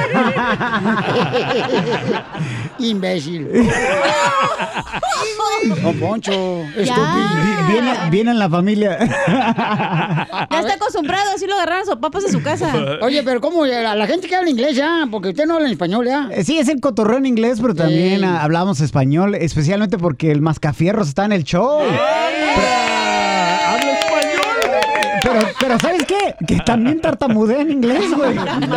Imbécil. Don Poncho, estúpido. Vi- Viene, viene en la familia. Ya está acostumbrado, así lo agarraron sopapas en su casa. Oye, pero ¿cómo? La, la gente que habla inglés ya, porque usted no habla en español ya. Eh, Sí, es el cotorreo en inglés, pero también Sí. ah, hablamos español, especialmente porque el Mascafierros está en el show. ¡Habla español! Pero, pero ¿sabes qué? Que también tartamudea en inglés, güey.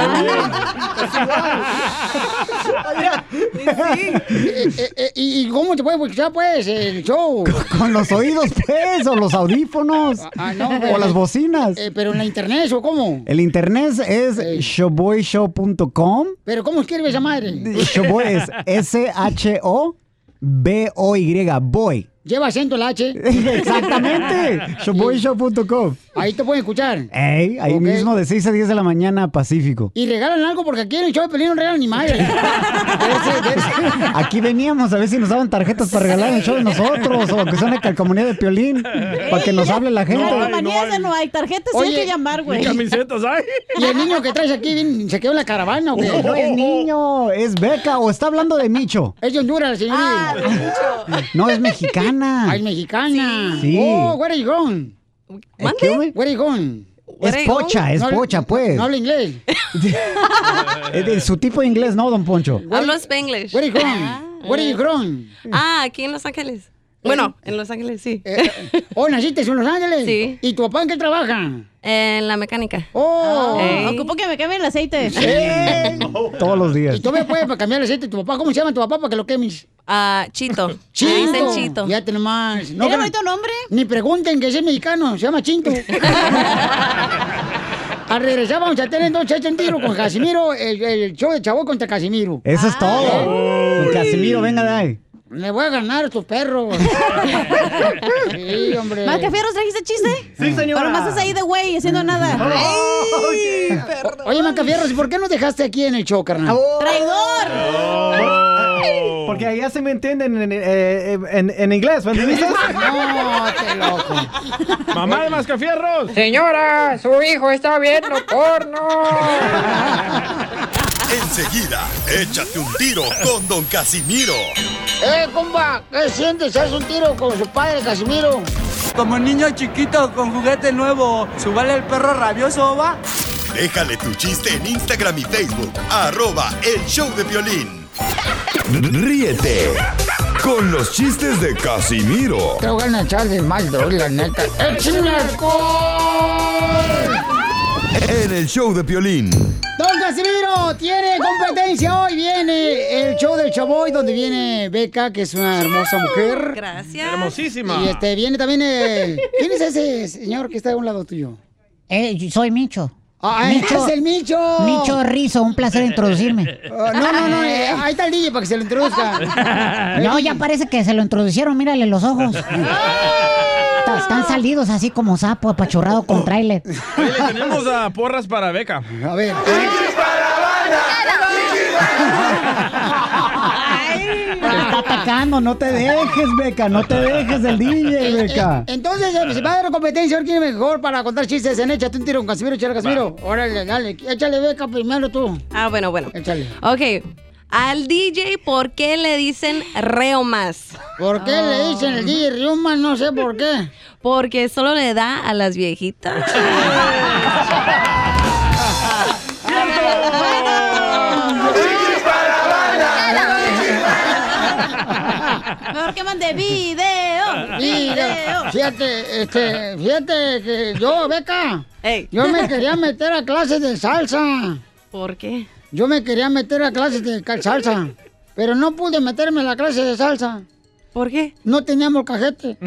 Eh, eh, eh, ¿Y cómo te puede escuchar, pues, el show? Con, con los oídos, pues, o los audífonos. Ah, no, o pero- las bocinas. Eh, ¿Pero en la internet o cómo? El internet es showboy show punto com. ¿Pero cómo escribe esa madre? Showboy es S H O B O Y, boy. Lleva acento el H. Exactamente. showboy show punto com. Ahí te pueden escuchar. Ey, ahí Ok. mismo de seis a diez de la mañana, Pacífico. Y regalan algo porque aquí en el show de Pelín no regalan ni madre. Debe ser, debe ser. Aquí veníamos a ver si nos daban tarjetas para regalar el show de nosotros, o que son la calcomanía de Piolín, para que nos hable la gente. No, manías de no hay tarjetas, sí hay Oye, que llamar, güey. Ni camisetas hay. ¿Y el niño que traes aquí bien, se quedó en la caravana o qué? No es niño, es Beca, o está hablando de Micho. Es de Honduras, la señorita. Ah, No, es mexicana. Ah, es mexicana. Sí. Oh, where are you going? ¿Qué, güey? Where are you going? Es pocha, es No habla- pocha, pues. No habla inglés. Es de su tipo de inglés, ¿no, don Poncho? Hablo Spanglish. Where are you going? Where are you going? Ah, aquí en Los Ángeles. Bueno, en Los Ángeles sí. ¿Oh, naciste en Los Ángeles? Sí. ¿Y tu papá en qué trabaja? En la mecánica. Oh. Ey. Ocupo que me cambien el aceite. Eh. Todos los días. ¿Y tú me puedes para cambiar el aceite de tu papá? ¿Cómo se llama tu papá para que lo quemes? Ah, Chito. Chinto. Me dicen Chito. Ya nomás. ¿Tiene que- bonito nombre? Ni pregunten que es mexicano, se llama Chinto. Al regresar vamos a tener entonces hecho un tiro con Casimiro, el, el show de Chavo contra Casimiro. Eso es todo. Don Casimiro, venga de ahí. Le voy a ganar a estos perros. Sí, hombre. ¿Macafierros trajiste chiste? Sí, señora. Pero más estás ahí de güey, haciendo nada. Ay, Oye, Macafierros, ¿y por qué nos dejaste aquí en el show, carnal? ¡Traidor! Porque allá se me entienden en, eh, en, en inglés, ¿me entiendes? No, qué loco. Mamá de Mascafierros. Señora, su hijo está viendo porno. Enseguida, échate un tiro con Don Casimiro. Eh, compa, ¿qué sientes? ¿Haz un tiro con su padre, Casimiro? Como niño chiquito con juguete nuevo, ¿subale el perro rabioso, va? Déjale tu chiste en Instagram y Facebook, arroba el show de Piolín. Ríete con los chistes de Casimiro Tengo ganas de echarle más droga, la neta. ¡Échame alcohol! en el show de Piolín. Don Casimiro tiene competencia. Hoy viene el show del Chavoy, donde viene Beca, que es una hermosa mujer. Gracias. Hermosísima. Y este viene también el... ¿Quién es ese señor que está a un lado tuyo? Eh, soy Micho. Ah, es el Micho. Micho Rizzo, un placer introducirme. Ah, no, no, no, eh, ahí está el D J para que se lo introduzca. No, ya parece que se lo introducieron, mírale los ojos. Está- Están salidos así como sapo apachurrado con tráiler. Oye, le tenemos a porras para Beca. A ver. Te está atacando, no te dejes, Beca, no te dejes del D J, Beca. Entonces, eh, se va a dar competencia. A ver quién es mejor para contar chistes en Échate un tiro con Casimiro. Échale, Casimiro. Órale, dale. Échale, Beca, primero tú. Ah, bueno, bueno. Échale. Ok. Al D J, ¿por qué le dicen Reomas? ¿Por qué le dicen el D J Reumas? No sé por qué. Porque solo le da a las viejitas. Mejor que mande video. Video. Fíjate, este, fíjate que yo, Beca, yo me quería meter a clases de salsa. ¿Por qué? Yo me quería meter a clases de ca- salsa, pero no pude meterme a la clase de salsa. ¿Por qué? No teníamos cajete.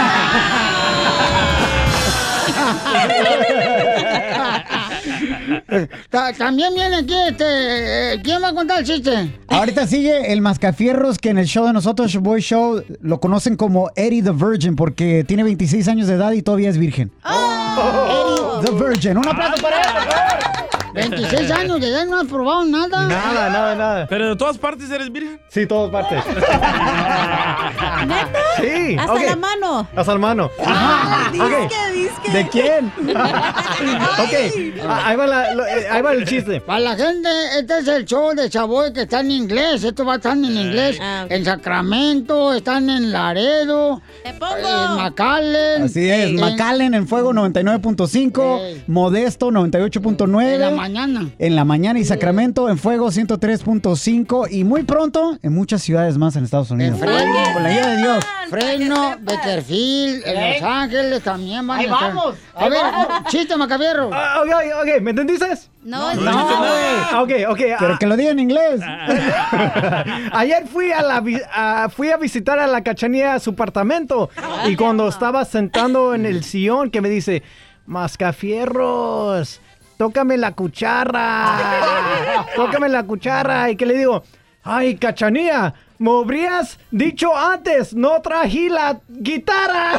Ta- También viene aquí, este, eh, ¿quién va a contar el chiste? Ahorita sigue el Mascafierros, que en el show de nosotros, Showboy Show, lo conocen como Eddie the Virgin, porque tiene veintiséis años de edad y todavía es virgen. Eddie the Virgin. Un aplauso para él, por favor. veintiséis años de edad, no has probado nada. Nada, nada, nada. ¿Pero de todas partes eres virgen? Sí, todas partes. ¿Neta? Sí. Hasta ok. la mano. Hasta la mano. Ah, Ok. disque, disque. ¿De quién? Ok, ah, ahí va, la- lo- eh, ahí va el chiste. Para la gente, este es el show de Chavoy que está en inglés. Esto va a estar en inglés. Ah, ok. En Sacramento, están en Laredo, Te pongo. en McAllen. Así es, en- McAllen en Fuego noventa y nueve punto cinco, Ey. Modesto noventa y ocho punto nueve. En la mañana. En la mañana y Sacramento en Fuego ciento tres punto cinco y muy pronto en muchas ciudades más en Estados Unidos. En Fresno. Con la ayuda de Dios. Fresno, Bakersfield, en Los Ángeles también van Ahí vamos. A ver, chiste, Macafierro. Ah, ok, ok, ¿me entendiste? No, no, güey. Ok, ok. Pero ah, que lo diga en inglés. Ayer fui a, la, vi- a- fui a visitar a la Cachanilla a su apartamento y cuando estaba sentando en el sillón que me dice, Mascafierros, tócame la cuchara, tócame la cuchara. Y que le digo, ay, Cachanilla, me habrías dicho antes, no trají la guitarra.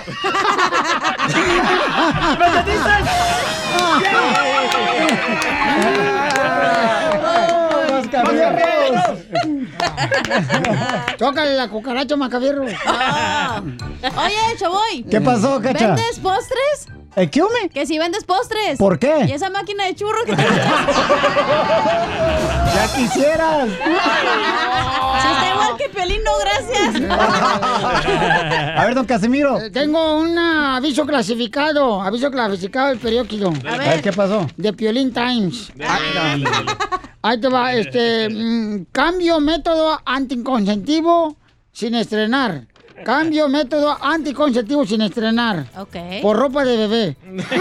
¿Me entendiste? Tócale la cucaracha, Macafierro. Ah. Oye, Choboy. ¿Qué pasó, Cacha? ¿Vendes postres? ¿Eh, qué hume? Que si vendes postres. ¿Por qué? Y esa máquina de churros que te ¡Ya quisieras! Si está igual que Pelín, no, gracias. A ver, don Casimiro. Eh, Tengo un aviso clasificado. Aviso clasificado del periódico. A ver. ¿qué pasó? De Piolín Times. Ahí te va, este, mm, cambio método anticonceptivo sin estrenar. Cambio método anticonceptivo sin estrenar. Ok. Por ropa de bebé.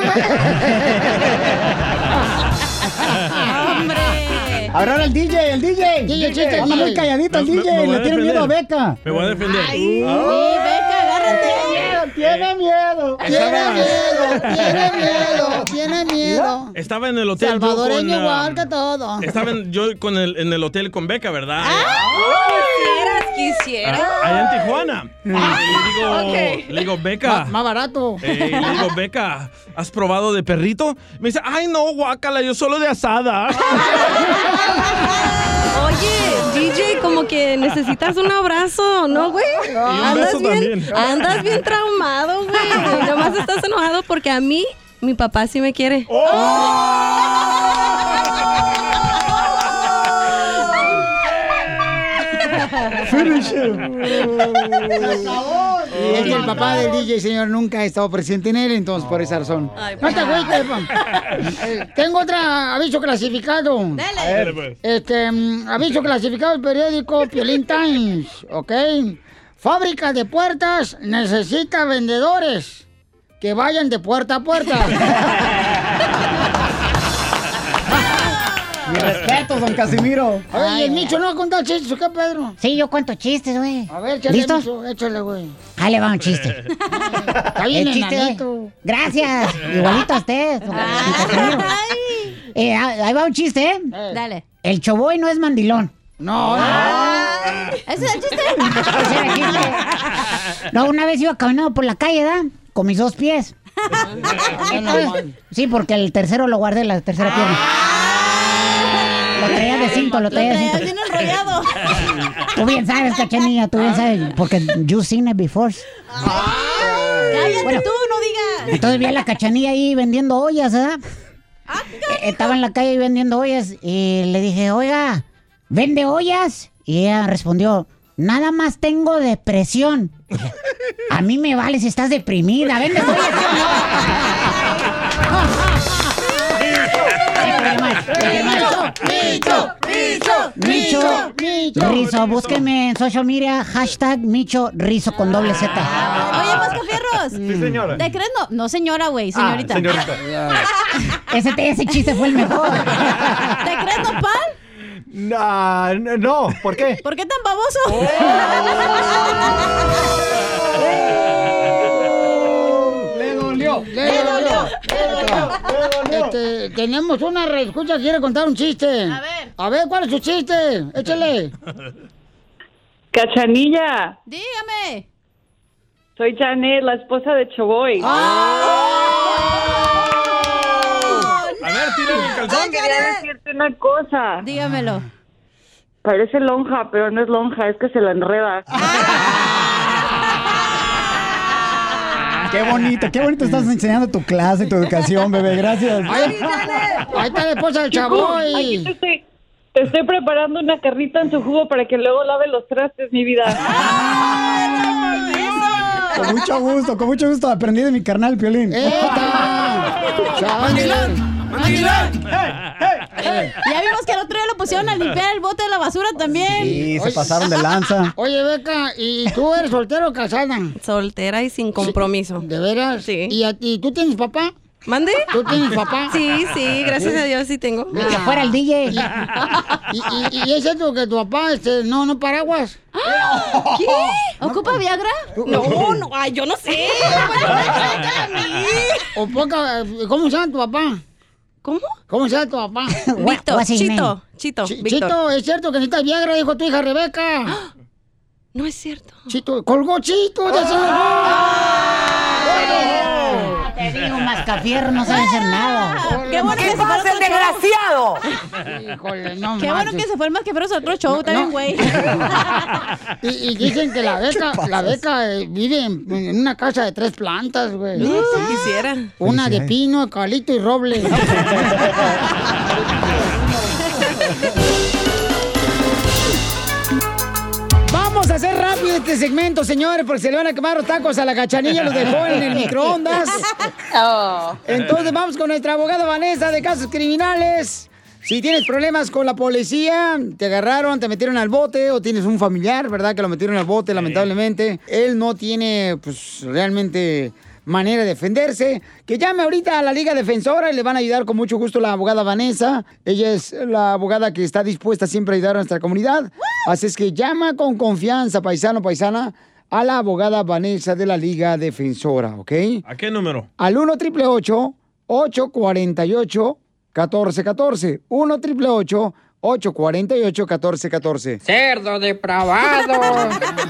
¡Hombre! Ahora el D J, el D J. D J, chiste, Anda muy D J. calladito el Me- me- D J, me voy le a tiene miedo a defender. Beca. Me voy a defender. Ay, sí, Beca, agárrate. Tiene miedo. Tiene miedo, tiene miedo, tiene miedo. Estaba en el hotel. yo Salvadoreño con, ah, igual que todo. Estaba en- yo con el, en el hotel con Beca, ¿verdad? Quisieras, quisieras. Ah, allá en Tijuana. Y le digo, ok. le digo, Beca. Más, más barato. Eh, le digo, Beca, ¿has probado de perrito? Me dice, ay, no, guácala, yo solo de asada. Oye, D J, como que necesitas un abrazo, ¿no, güey? un Andas beso bien, también. andas bien traumado, güey. Nomás estás enojado porque a mí, mi papá sí me quiere. Finish him. Es que el papá del D J, señor, nunca ha estado presente en él, entonces por esa razón. Ay, No te agüites, pa. Eh, Tengo otro aviso clasificado. Dale. Este, mm, aviso clasificado del periódico Piolín Times, ¿ok? Fábrica de puertas necesita vendedores que vayan de puerta a puerta. Mi respeto, don Casimiro. A ver, ¿y el Micho no ha contado chistes o qué, Pedro? Sí, yo cuento chistes, güey. A ver, échale, ¿Listos? Micho, échale, güey. Ahí le va un chiste. Está bien El chiste, enanito. güey. Gracias. Igualito a usted, don Casimiro. Eh, ahí va un chiste, ¿eh? Dale. El choboy no es mandilón. No, no. ¿Ese es el chiste? Ese era el chiste. No, una vez iba caminando por la calle, ¿verdad? Con mis dos pies. Entonces, sí, porque el tercero lo guardé, la tercera pierna. Lo traía de cinto, lo Lo traía de traías cinto. bien enrollado. Tú bien sabes, Cachanilla, tú bien sabes. Porque you seen it before. Cállate Bueno. tú, no digas. Entonces vi a la Cachanilla ahí vendiendo ollas, ¿verdad? Eh, Estaba en la calle vendiendo ollas y le dije, oiga, ¿vende ollas? Y ella respondió, nada más tengo depresión. Dije, a mí me vale si estás deprimida, vende ollas. ¿Sí o no? Micho, Micho, Micho, Micho. Rizo, búsquenme en social media, hashtag Micho Rizo con doble Z. Oye, Mascafierros. Sí, señora. ¿Te crees? No, no señora, güey, señorita. Ah, señorita. Ese, ese chiste fue el mejor. ¿Te crees nopal? No, no, no, ¿por qué? ¿Por qué tan baboso? Le dolió, le dolió, le dolió. Este, tenemos una reescucha que quiere contar un chiste. A ver. A ver, ¿cuál es su chiste? Échale. Cachanilla, Dígame. soy Janet, la esposa de Choboy. A ver, tírale el calzón. Quería decirte una cosa. Dígamelo. Parece lonja, pero no es lonja, es que se la enreda. Qué bonito, qué bonito estás enseñando tu clase, tu educación, bebé. Gracias. Ahí, ahí está la esposa del Aquí Chaboy. te estoy, te estoy preparando una carrita en su jugo para que luego lave los trastes, mi vida. Con mucho gusto, con mucho gusto. Aprendí de mi carnal, Piolín. ¡Eta! ¡Mandilón! ¡Mandilón! ¡Hey, hey! Ya vimos que el otro día lo pusieron a limpiar el bote de la basura también. Sí, se pasaron de lanza. Oye, Beca, ¿y tú eres soltera o casada? Soltera y sin compromiso. ¿De veras? Sí. ¿Y, a ti, tú tienes papá? ¿Mande? ¿Tú tienes papá? Sí, sí, gracias a Dios sí tengo. Ni que fuera el D J. ¿Y, y, y es cierto que tu papá este, no, no paraguas? ¿Qué? ¿Ocupa Viagra? No, no, ay, yo no sé. ¿O poca, ¿Cómo se llama tu papá? ¿Cómo? ¿Cómo se llama tu papá? Víctor, Chito, Chito, Ch- Víctor. Chito, es cierto que necesitas Viagra, dijo tu hija Rebeca. No es cierto. Chito, colgó Chito, ya se Te digo, Mascafierro no sabe hacer nada. ¡Qué bueno que se fue al otro show! Híjole, no Qué bueno manches. que se fue el Mascafierro a otro show también, güey. Y, y dicen que la beca, la beca eh, vive en, en una casa de tres plantas, güey. No, si quisiera. Una de pino, eucalipto y roble. Vamos a hacer rápido este segmento, señores, porque se le van a quemar los tacos a la Cachanilla, los dejó en el microondas. Entonces vamos con nuestra abogada Vanessa de casos criminales. Si tienes problemas con la policía, te agarraron, te metieron al bote o tienes un familiar, ¿verdad? Que lo metieron al bote, lamentablemente. Él no tiene, pues, realmente manera de defenderse. Que llame ahorita a la Liga Defensora y le van a ayudar con mucho gusto la abogada Vanessa. Ella es la abogada que está dispuesta siempre a ayudar a nuestra comunidad. Así es que llama con confianza, paisano, paisana, a la abogada Vanessa de la Liga Defensora, ¿ok? ¿A qué número? Al uno triple ocho, ocho cuatro ocho, uno cuatro uno cuatro. uno triple ocho, ocho cuatro ocho, uno cuatro uno cuatro. Cerdo depravado.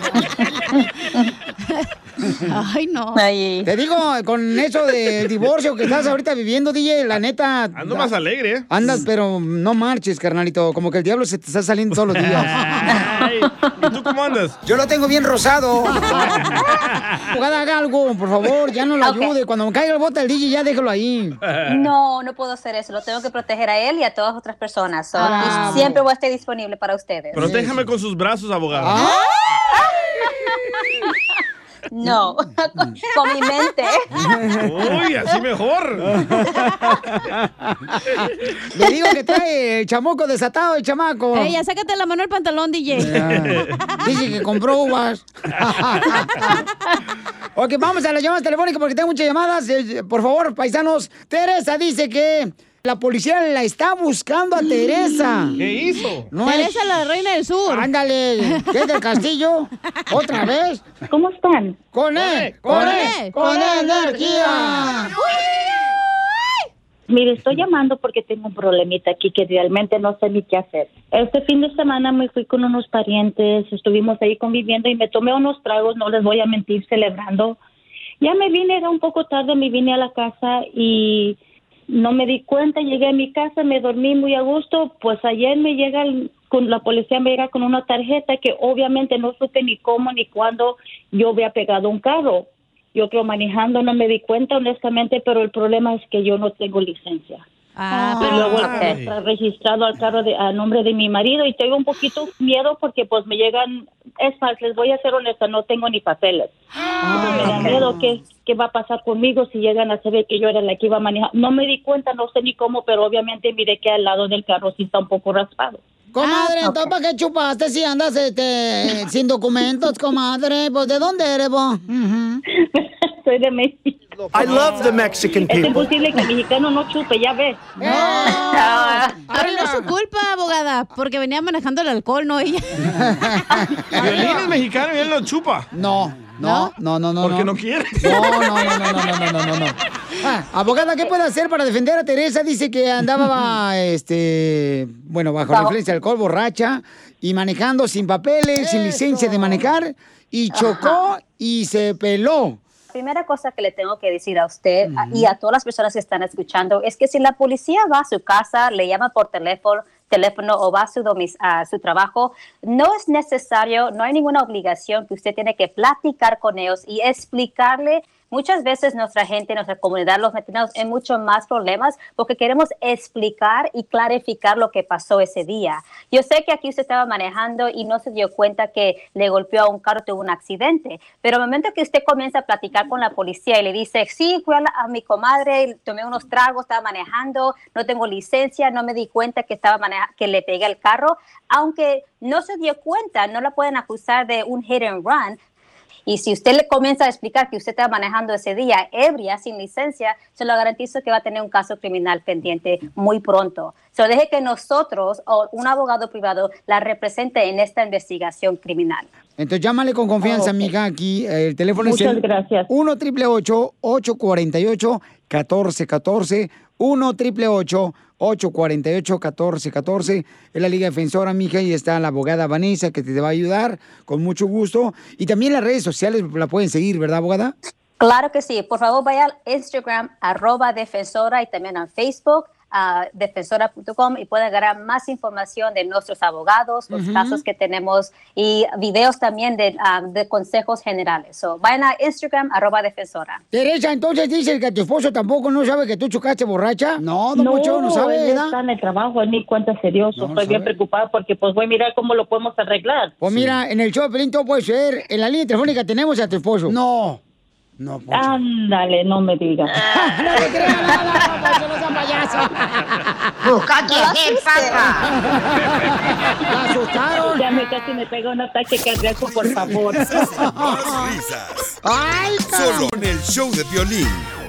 Ay, no. Te digo, con eso del divorcio que estás ahorita viviendo, D J, la neta... Ando más alegre, ¿eh? Andas, pero no marches, carnalito. Como que el diablo se te está saliendo todos los días. Ay, ¿y tú cómo andas? Yo lo tengo bien rosado. Abogada, haga algo, por favor. Ya no lo Ok. ayude. Cuando me caiga el bote del D J, ya déjalo ahí. No, no puedo hacer eso. Lo tengo que proteger a él y a todas otras personas. So, Bravo. y siempre voy a estar disponible para ustedes. Protéjame con sus brazos, abogado. Ah. No, con, con mi mente. Uy, así mejor. Le digo que trae el chamuco desatado, el chamaco. Ey, ya sácate la mano del pantalón, D J. Dice que compró uvas. Ok, vamos a las llamadas telefónicas porque tengo muchas llamadas. Eh, Por favor, paisanos. Teresa dice que la policía la está buscando a Teresa. ¿Qué hizo? No Teresa, es- la reina del sur. Ándale, ¿qué es del castillo? ¿Otra vez? ¿Cómo están? Con él, con él, con energía. Mire, estoy llamando porque tengo un problemita aquí que realmente no sé ni qué hacer. Este fin de semana me fui con unos parientes, estuvimos ahí conviviendo y me tomé unos tragos, no les voy a mentir, celebrando. Ya me vine, era un poco tarde, me vine a la casa y no me di cuenta, llegué a mi casa, me dormí muy a gusto, pues ayer me llega, el- con la policía me llega con una tarjeta que obviamente no supe ni cómo ni cuándo yo había pegado un carro. Yo creo manejando no me di cuenta honestamente, pero el problema es que yo no tengo licencia. Ah, Y pero luego el carro está registrado al carro de, a nombre de mi marido y tengo un poquito miedo porque pues me llegan, es más, les voy a ser honesta, no tengo ni papeles. Entonces, me da miedo qué, qué va a pasar conmigo si llegan a saber que yo era la que iba a manejar. No me di cuenta, no sé ni cómo, pero obviamente miré que al lado del carro sí está un poco raspado. Comadre, entonces, ¿para qué chupaste si andas este, sin documentos, comadre? Pues, ¿de dónde eres vos? Soy de México. I love the Mexican Es people. imposible que el mexicano no chupe, ya ves. Pero no es su culpa, abogada, porque venía manejando el alcohol, no ella. Violín es mexicano y él lo chupa. No, no, no, no, no. Porque no no quiere. No, no, no, no, no, no, no, no, no, no. Ah, abogada, ¿qué puede hacer para defender a Teresa? Dice que andaba, este, bueno, bajo la Bajo. influencia de alcohol, borracha, y manejando sin papeles, sin licencia de manejar, y chocó y se peló. Primera cosa que le tengo que decir a usted a- y a todas las personas que están escuchando es que si la policía va a su casa, le llama por teléfono, teléfono o va a su, domis- a su trabajo, no es necesario, no hay ninguna obligación que usted tiene que platicar con ellos y explicarle muchas veces nuestra gente, nuestra comunidad, los metemos en muchos más problemas porque queremos explicar y clarificar lo que pasó ese día. Yo sé que aquí usted estaba manejando y no se dio cuenta que le golpeó a un carro, tuvo un accidente, pero al momento que usted comienza a platicar con la policía y le dice, sí, fui a, la, a mi comadre, tomé unos tragos, estaba manejando, no tengo licencia, no me di cuenta que, estaba maneja- que le pegué al carro, aunque no se dio cuenta, no la pueden acusar de un hit and run. Y si usted le comienza a explicar que usted estaba manejando ese día ebria, sin licencia, se lo garantizo que va a tener un caso criminal pendiente muy pronto. So, deje que nosotros o un abogado privado la represente en esta investigación criminal. Entonces llámale con confianza, Ok. amiga, aquí. eh, El teléfono Muchas es el gracias. uno triple ocho, ocho cuatro ocho, uno cuatro uno cuatro, uno triple ocho, ocho cuatro ocho, uno cuatro uno cuatro. Es la Liga Defensora, mija, y está la abogada Vanessa que te va a ayudar con mucho gusto. Y también las redes sociales la pueden seguir, ¿verdad, abogada? Claro que sí. Por favor, vaya al Instagram, arroba defensora, y también a Facebook, a defensora punto com, y puede agarrar más información de nuestros abogados, los Ujú. casos que tenemos y videos también de, ah, de consejos generales. So, vayan a Instagram, arroba defensora. Teresa, entonces dices que tu esposo tampoco no sabe que tú chocaste borracha. No, don Poncho, no sabe, él ¿verdad? está en el trabajo, él ni cuenta se dio. No, Estoy bien sabe. preocupada porque pues voy a mirar cómo lo podemos arreglar. Pues mira, en el show de Pelín todo puede ser. En la línea telefónica tenemos a tu esposo. No. No, Ándale, no me digas. no le creas nada, Poncho, no sea payaso. Busca quién es, La asustaron. Ya me casi me pega un ataque cardíaco, por favor. Risas. Ay, Solo en el show de Piolín.